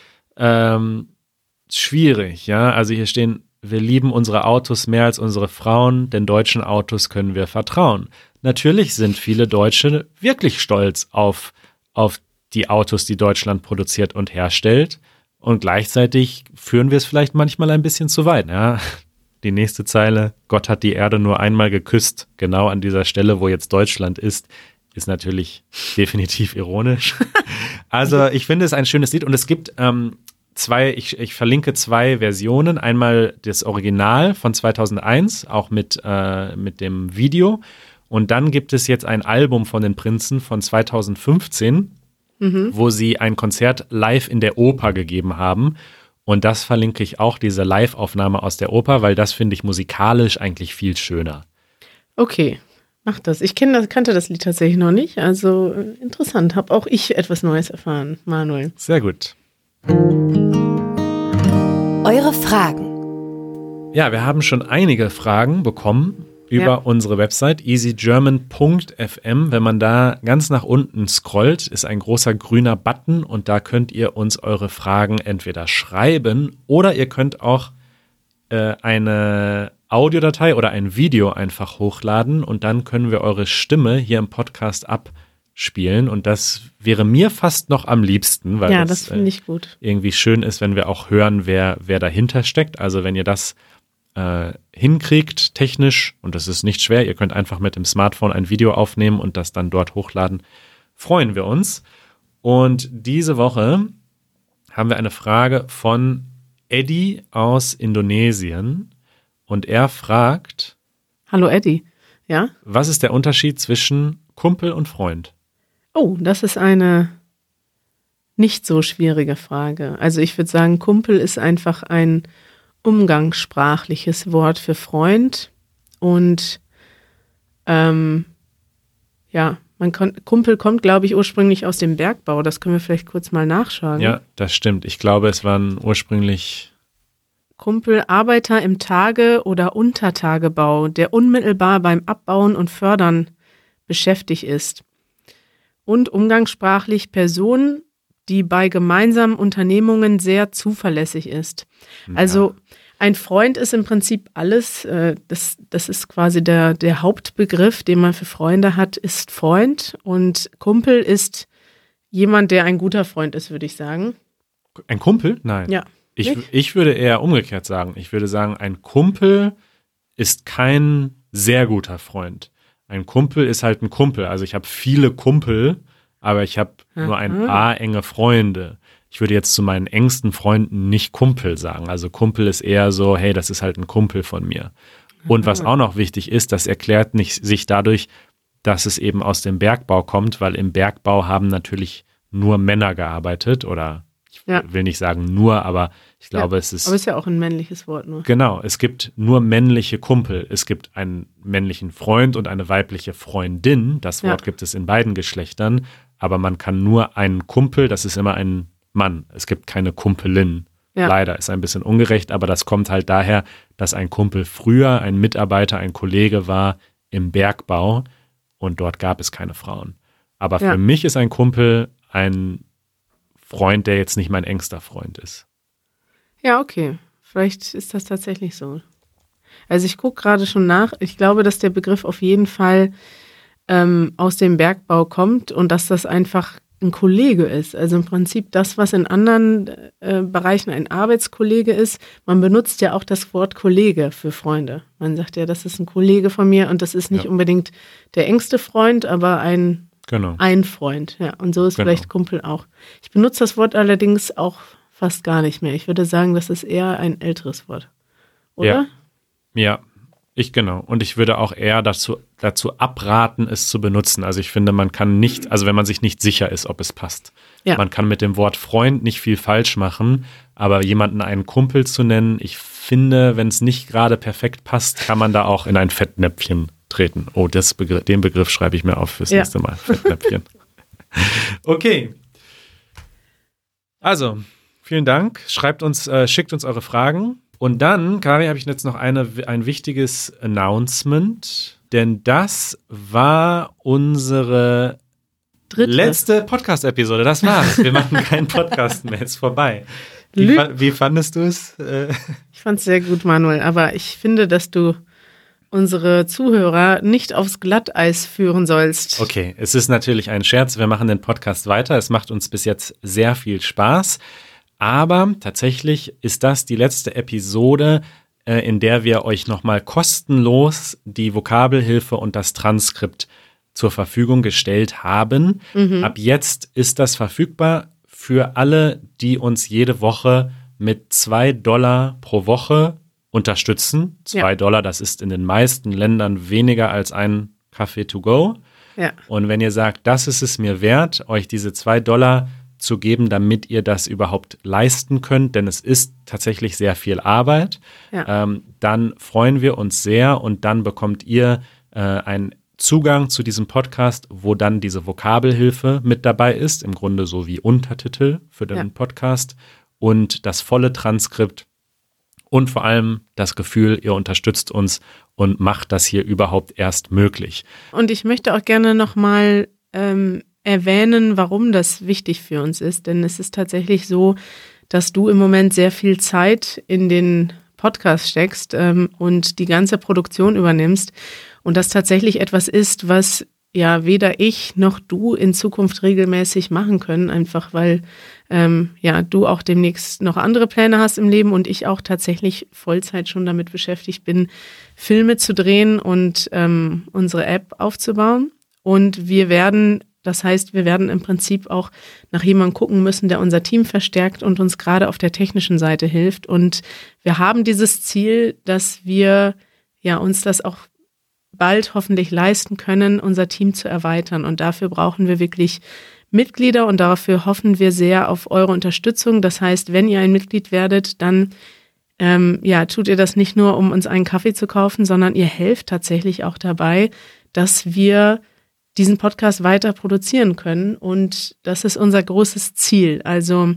schwierig. Ja, also hier stehen: Wir lieben unsere Autos mehr als unsere Frauen, denn deutschen Autos können wir vertrauen. Natürlich sind viele Deutsche wirklich stolz auf die Autos, die Deutschland produziert und herstellt. Und gleichzeitig führen wir es vielleicht manchmal ein bisschen zu weit. Ja? Die nächste Zeile: Gott hat die Erde nur einmal geküsst. Genau an dieser Stelle, wo jetzt Deutschland ist natürlich definitiv ironisch. Also ich finde es ein schönes Lied und es gibt ich verlinke 2 Versionen. Einmal das Original von 2001, auch mit dem Video. Und dann gibt es jetzt ein Album von den Prinzen von 2015, wo sie ein Konzert live in der Oper gegeben haben. Und das verlinke ich auch, diese Live-Aufnahme aus der Oper, weil das finde ich musikalisch eigentlich viel schöner. Okay, mach das. Ich kannte das Lied tatsächlich noch nicht. Also interessant, habe auch ich etwas Neues erfahren, Manuel. Sehr gut. Eure Fragen. Ja, wir haben schon einige Fragen bekommen über unsere Website easygerman.fm. Wenn man da ganz nach unten scrollt, ist ein großer grüner Button und da könnt ihr uns eure Fragen entweder schreiben oder ihr könnt auch eine Audiodatei oder ein Video einfach hochladen und dann können wir eure Stimme hier im Podcast abspielen und das wäre mir fast noch am liebsten, weil das finde ich gut. Irgendwie schön ist, wenn wir auch hören, wer dahinter steckt. Also wenn ihr das hinkriegt technisch, und das ist nicht schwer, ihr könnt einfach mit dem Smartphone ein Video aufnehmen und das dann dort hochladen, freuen wir uns. Und diese Woche haben wir eine Frage von Eddie aus Indonesien und er fragt: Hallo Eddie, ja? Was ist der Unterschied zwischen Kumpel und Freund? Oh, das ist eine nicht so schwierige Frage. Also ich würde sagen, Kumpel ist einfach ein umgangssprachliches Wort für Freund und Kumpel kommt, glaube ich, ursprünglich aus dem Bergbau. Das können wir vielleicht kurz mal nachschauen. Ja, das stimmt. Ich glaube, es waren ursprünglich Kumpel, Arbeiter im Tage- oder Untertagebau, der unmittelbar beim Abbauen und Fördern beschäftigt ist. Und umgangssprachlich Person, die bei gemeinsamen Unternehmungen sehr zuverlässig ist. Also ein Freund ist im Prinzip alles, das ist quasi der Hauptbegriff, den man für Freunde hat, ist Freund. Und Kumpel ist jemand, der ein guter Freund ist, würde ich sagen. Ein Kumpel? Nein. Ja. Ich würde eher umgekehrt sagen. Ich würde sagen, ein Kumpel ist kein sehr guter Freund. Ein Kumpel ist halt ein Kumpel. Also ich habe viele Kumpel, aber ich habe nur ein paar enge Freunde. Ich würde jetzt zu meinen engsten Freunden nicht Kumpel sagen. Also Kumpel ist eher so, hey, das ist halt ein Kumpel von mir. Und was auch noch wichtig ist, das erklärt sich dadurch, dass es eben aus dem Bergbau kommt, weil im Bergbau haben natürlich nur Männer gearbeitet oder ich will nicht sagen nur, aber ich glaube, es ist... Aber es ist ja auch ein männliches Wort nur. Genau, es gibt nur männliche Kumpel. Es gibt einen männlichen Freund und eine weibliche Freundin. Das Wort gibt es in beiden Geschlechtern, aber man kann nur einen Kumpel, das ist immer ein Mann. Es gibt keine Kumpelin. Ja. Leider, ist ein bisschen ungerecht, aber das kommt halt daher, dass ein Kumpel früher ein Mitarbeiter, ein Kollege war im Bergbau und dort gab es keine Frauen. Aber für mich ist ein Kumpel ein Freund, der jetzt nicht mein engster Freund ist. Ja, okay. Vielleicht ist das tatsächlich so. Also ich gucke gerade schon nach. Ich glaube, dass der Begriff auf jeden Fall aus dem Bergbau kommt und dass das einfach ein Kollege ist. Also im Prinzip das, was in anderen Bereichen ein Arbeitskollege ist. Man benutzt ja auch das Wort Kollege für Freunde. Man sagt ja, das ist ein Kollege von mir und das ist nicht unbedingt der engste Freund, aber ein Freund. Ja, und so ist vielleicht Kumpel auch. Ich benutze das Wort allerdings auch fast gar nicht mehr. Ich würde sagen, das ist eher ein älteres Wort. Oder? Ja. Und ich würde auch eher dazu abraten, es zu benutzen. Also ich finde, man kann nicht, also wenn man sich nicht sicher ist, ob es passt. Ja. Man kann mit dem Wort Freund nicht viel falsch machen, aber jemanden einen Kumpel zu nennen, ich finde, wenn es nicht gerade perfekt passt, kann man da auch in ein Fettnäpfchen treten. Oh, den Begriff schreibe ich mir auf fürs nächste Mal. Fettnäpfchen. Okay. Also, vielen Dank. Schickt uns eure Fragen. Und dann, Kari, habe ich jetzt noch ein wichtiges Announcement, denn das war unsere letzte Podcast-Episode. Das war's. Wir machen keinen Podcast mehr, ist vorbei. Wie fandest du es? Ich fand es sehr gut, Manuel, aber ich finde, dass du unsere Zuhörer nicht aufs Glatteis führen sollst. Okay, es ist natürlich ein Scherz. Wir machen den Podcast weiter. Es macht uns bis jetzt sehr viel Spaß. Aber tatsächlich ist das die letzte Episode, in der wir euch nochmal kostenlos die Vokabelhilfe und das Transkript zur Verfügung gestellt haben. Ab jetzt ist das verfügbar für alle, die uns jede Woche mit $2 pro Woche unterstützen. $2, das ist in den meisten Ländern weniger als ein Kaffee to go. Ja. Und wenn ihr sagt, das ist es mir wert, euch diese $2 zu geben, damit ihr das überhaupt leisten könnt, denn es ist tatsächlich sehr viel Arbeit, dann freuen wir uns sehr und dann bekommt ihr einen Zugang zu diesem Podcast, wo dann diese Vokabelhilfe mit dabei ist, im Grunde so wie Untertitel für den Podcast und das volle Transkript und vor allem das Gefühl, ihr unterstützt uns und macht das hier überhaupt erst möglich. Und ich möchte auch gerne nochmal erwähnen, warum das wichtig für uns ist, denn es ist tatsächlich so, dass du im Moment sehr viel Zeit in den Podcast steckst und die ganze Produktion übernimmst und das tatsächlich etwas ist, was ja weder ich noch du in Zukunft regelmäßig machen können, einfach weil du auch demnächst noch andere Pläne hast im Leben und ich auch tatsächlich Vollzeit schon damit beschäftigt bin, Filme zu drehen und unsere App aufzubauen. Und wir werden im Prinzip auch nach jemandem gucken müssen, der unser Team verstärkt und uns gerade auf der technischen Seite hilft. Und wir haben dieses Ziel, dass wir uns das auch bald hoffentlich leisten können, unser Team zu erweitern. Und dafür brauchen wir wirklich Mitglieder und dafür hoffen wir sehr auf eure Unterstützung. Das heißt, wenn ihr ein Mitglied werdet, dann tut ihr das nicht nur, um uns einen Kaffee zu kaufen, sondern ihr helft tatsächlich auch dabei, dass wir diesen Podcast weiter produzieren können. Und das ist unser großes Ziel. Also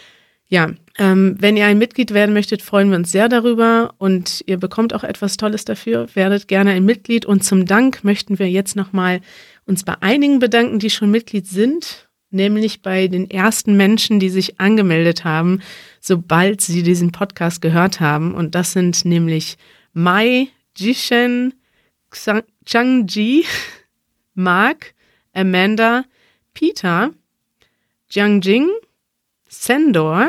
wenn ihr ein Mitglied werden möchtet, freuen wir uns sehr darüber und ihr bekommt auch etwas Tolles dafür. Werdet gerne ein Mitglied und zum Dank möchten wir jetzt nochmal uns bei einigen bedanken, die schon Mitglied sind, nämlich bei den ersten Menschen, die sich angemeldet haben, sobald sie diesen Podcast gehört haben. Und das sind nämlich Mai, Jishen, Changji, Mark, Amanda, Peter, Jiangjing, Sandor,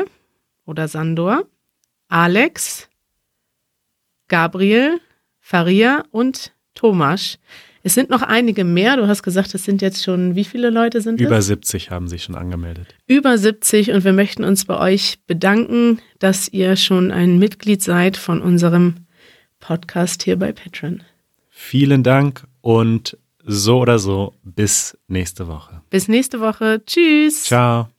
Alex, Gabriel, Faria und Thomas. Es sind noch einige mehr. Du hast gesagt, es sind jetzt schon, wie viele Leute sind es? Über 70 haben sich schon angemeldet. Über 70 und wir möchten uns bei euch bedanken, dass ihr schon ein Mitglied seid von unserem Podcast hier bei Patreon. Vielen Dank und so oder so bis nächste Woche. Bis nächste Woche. Tschüss. Ciao.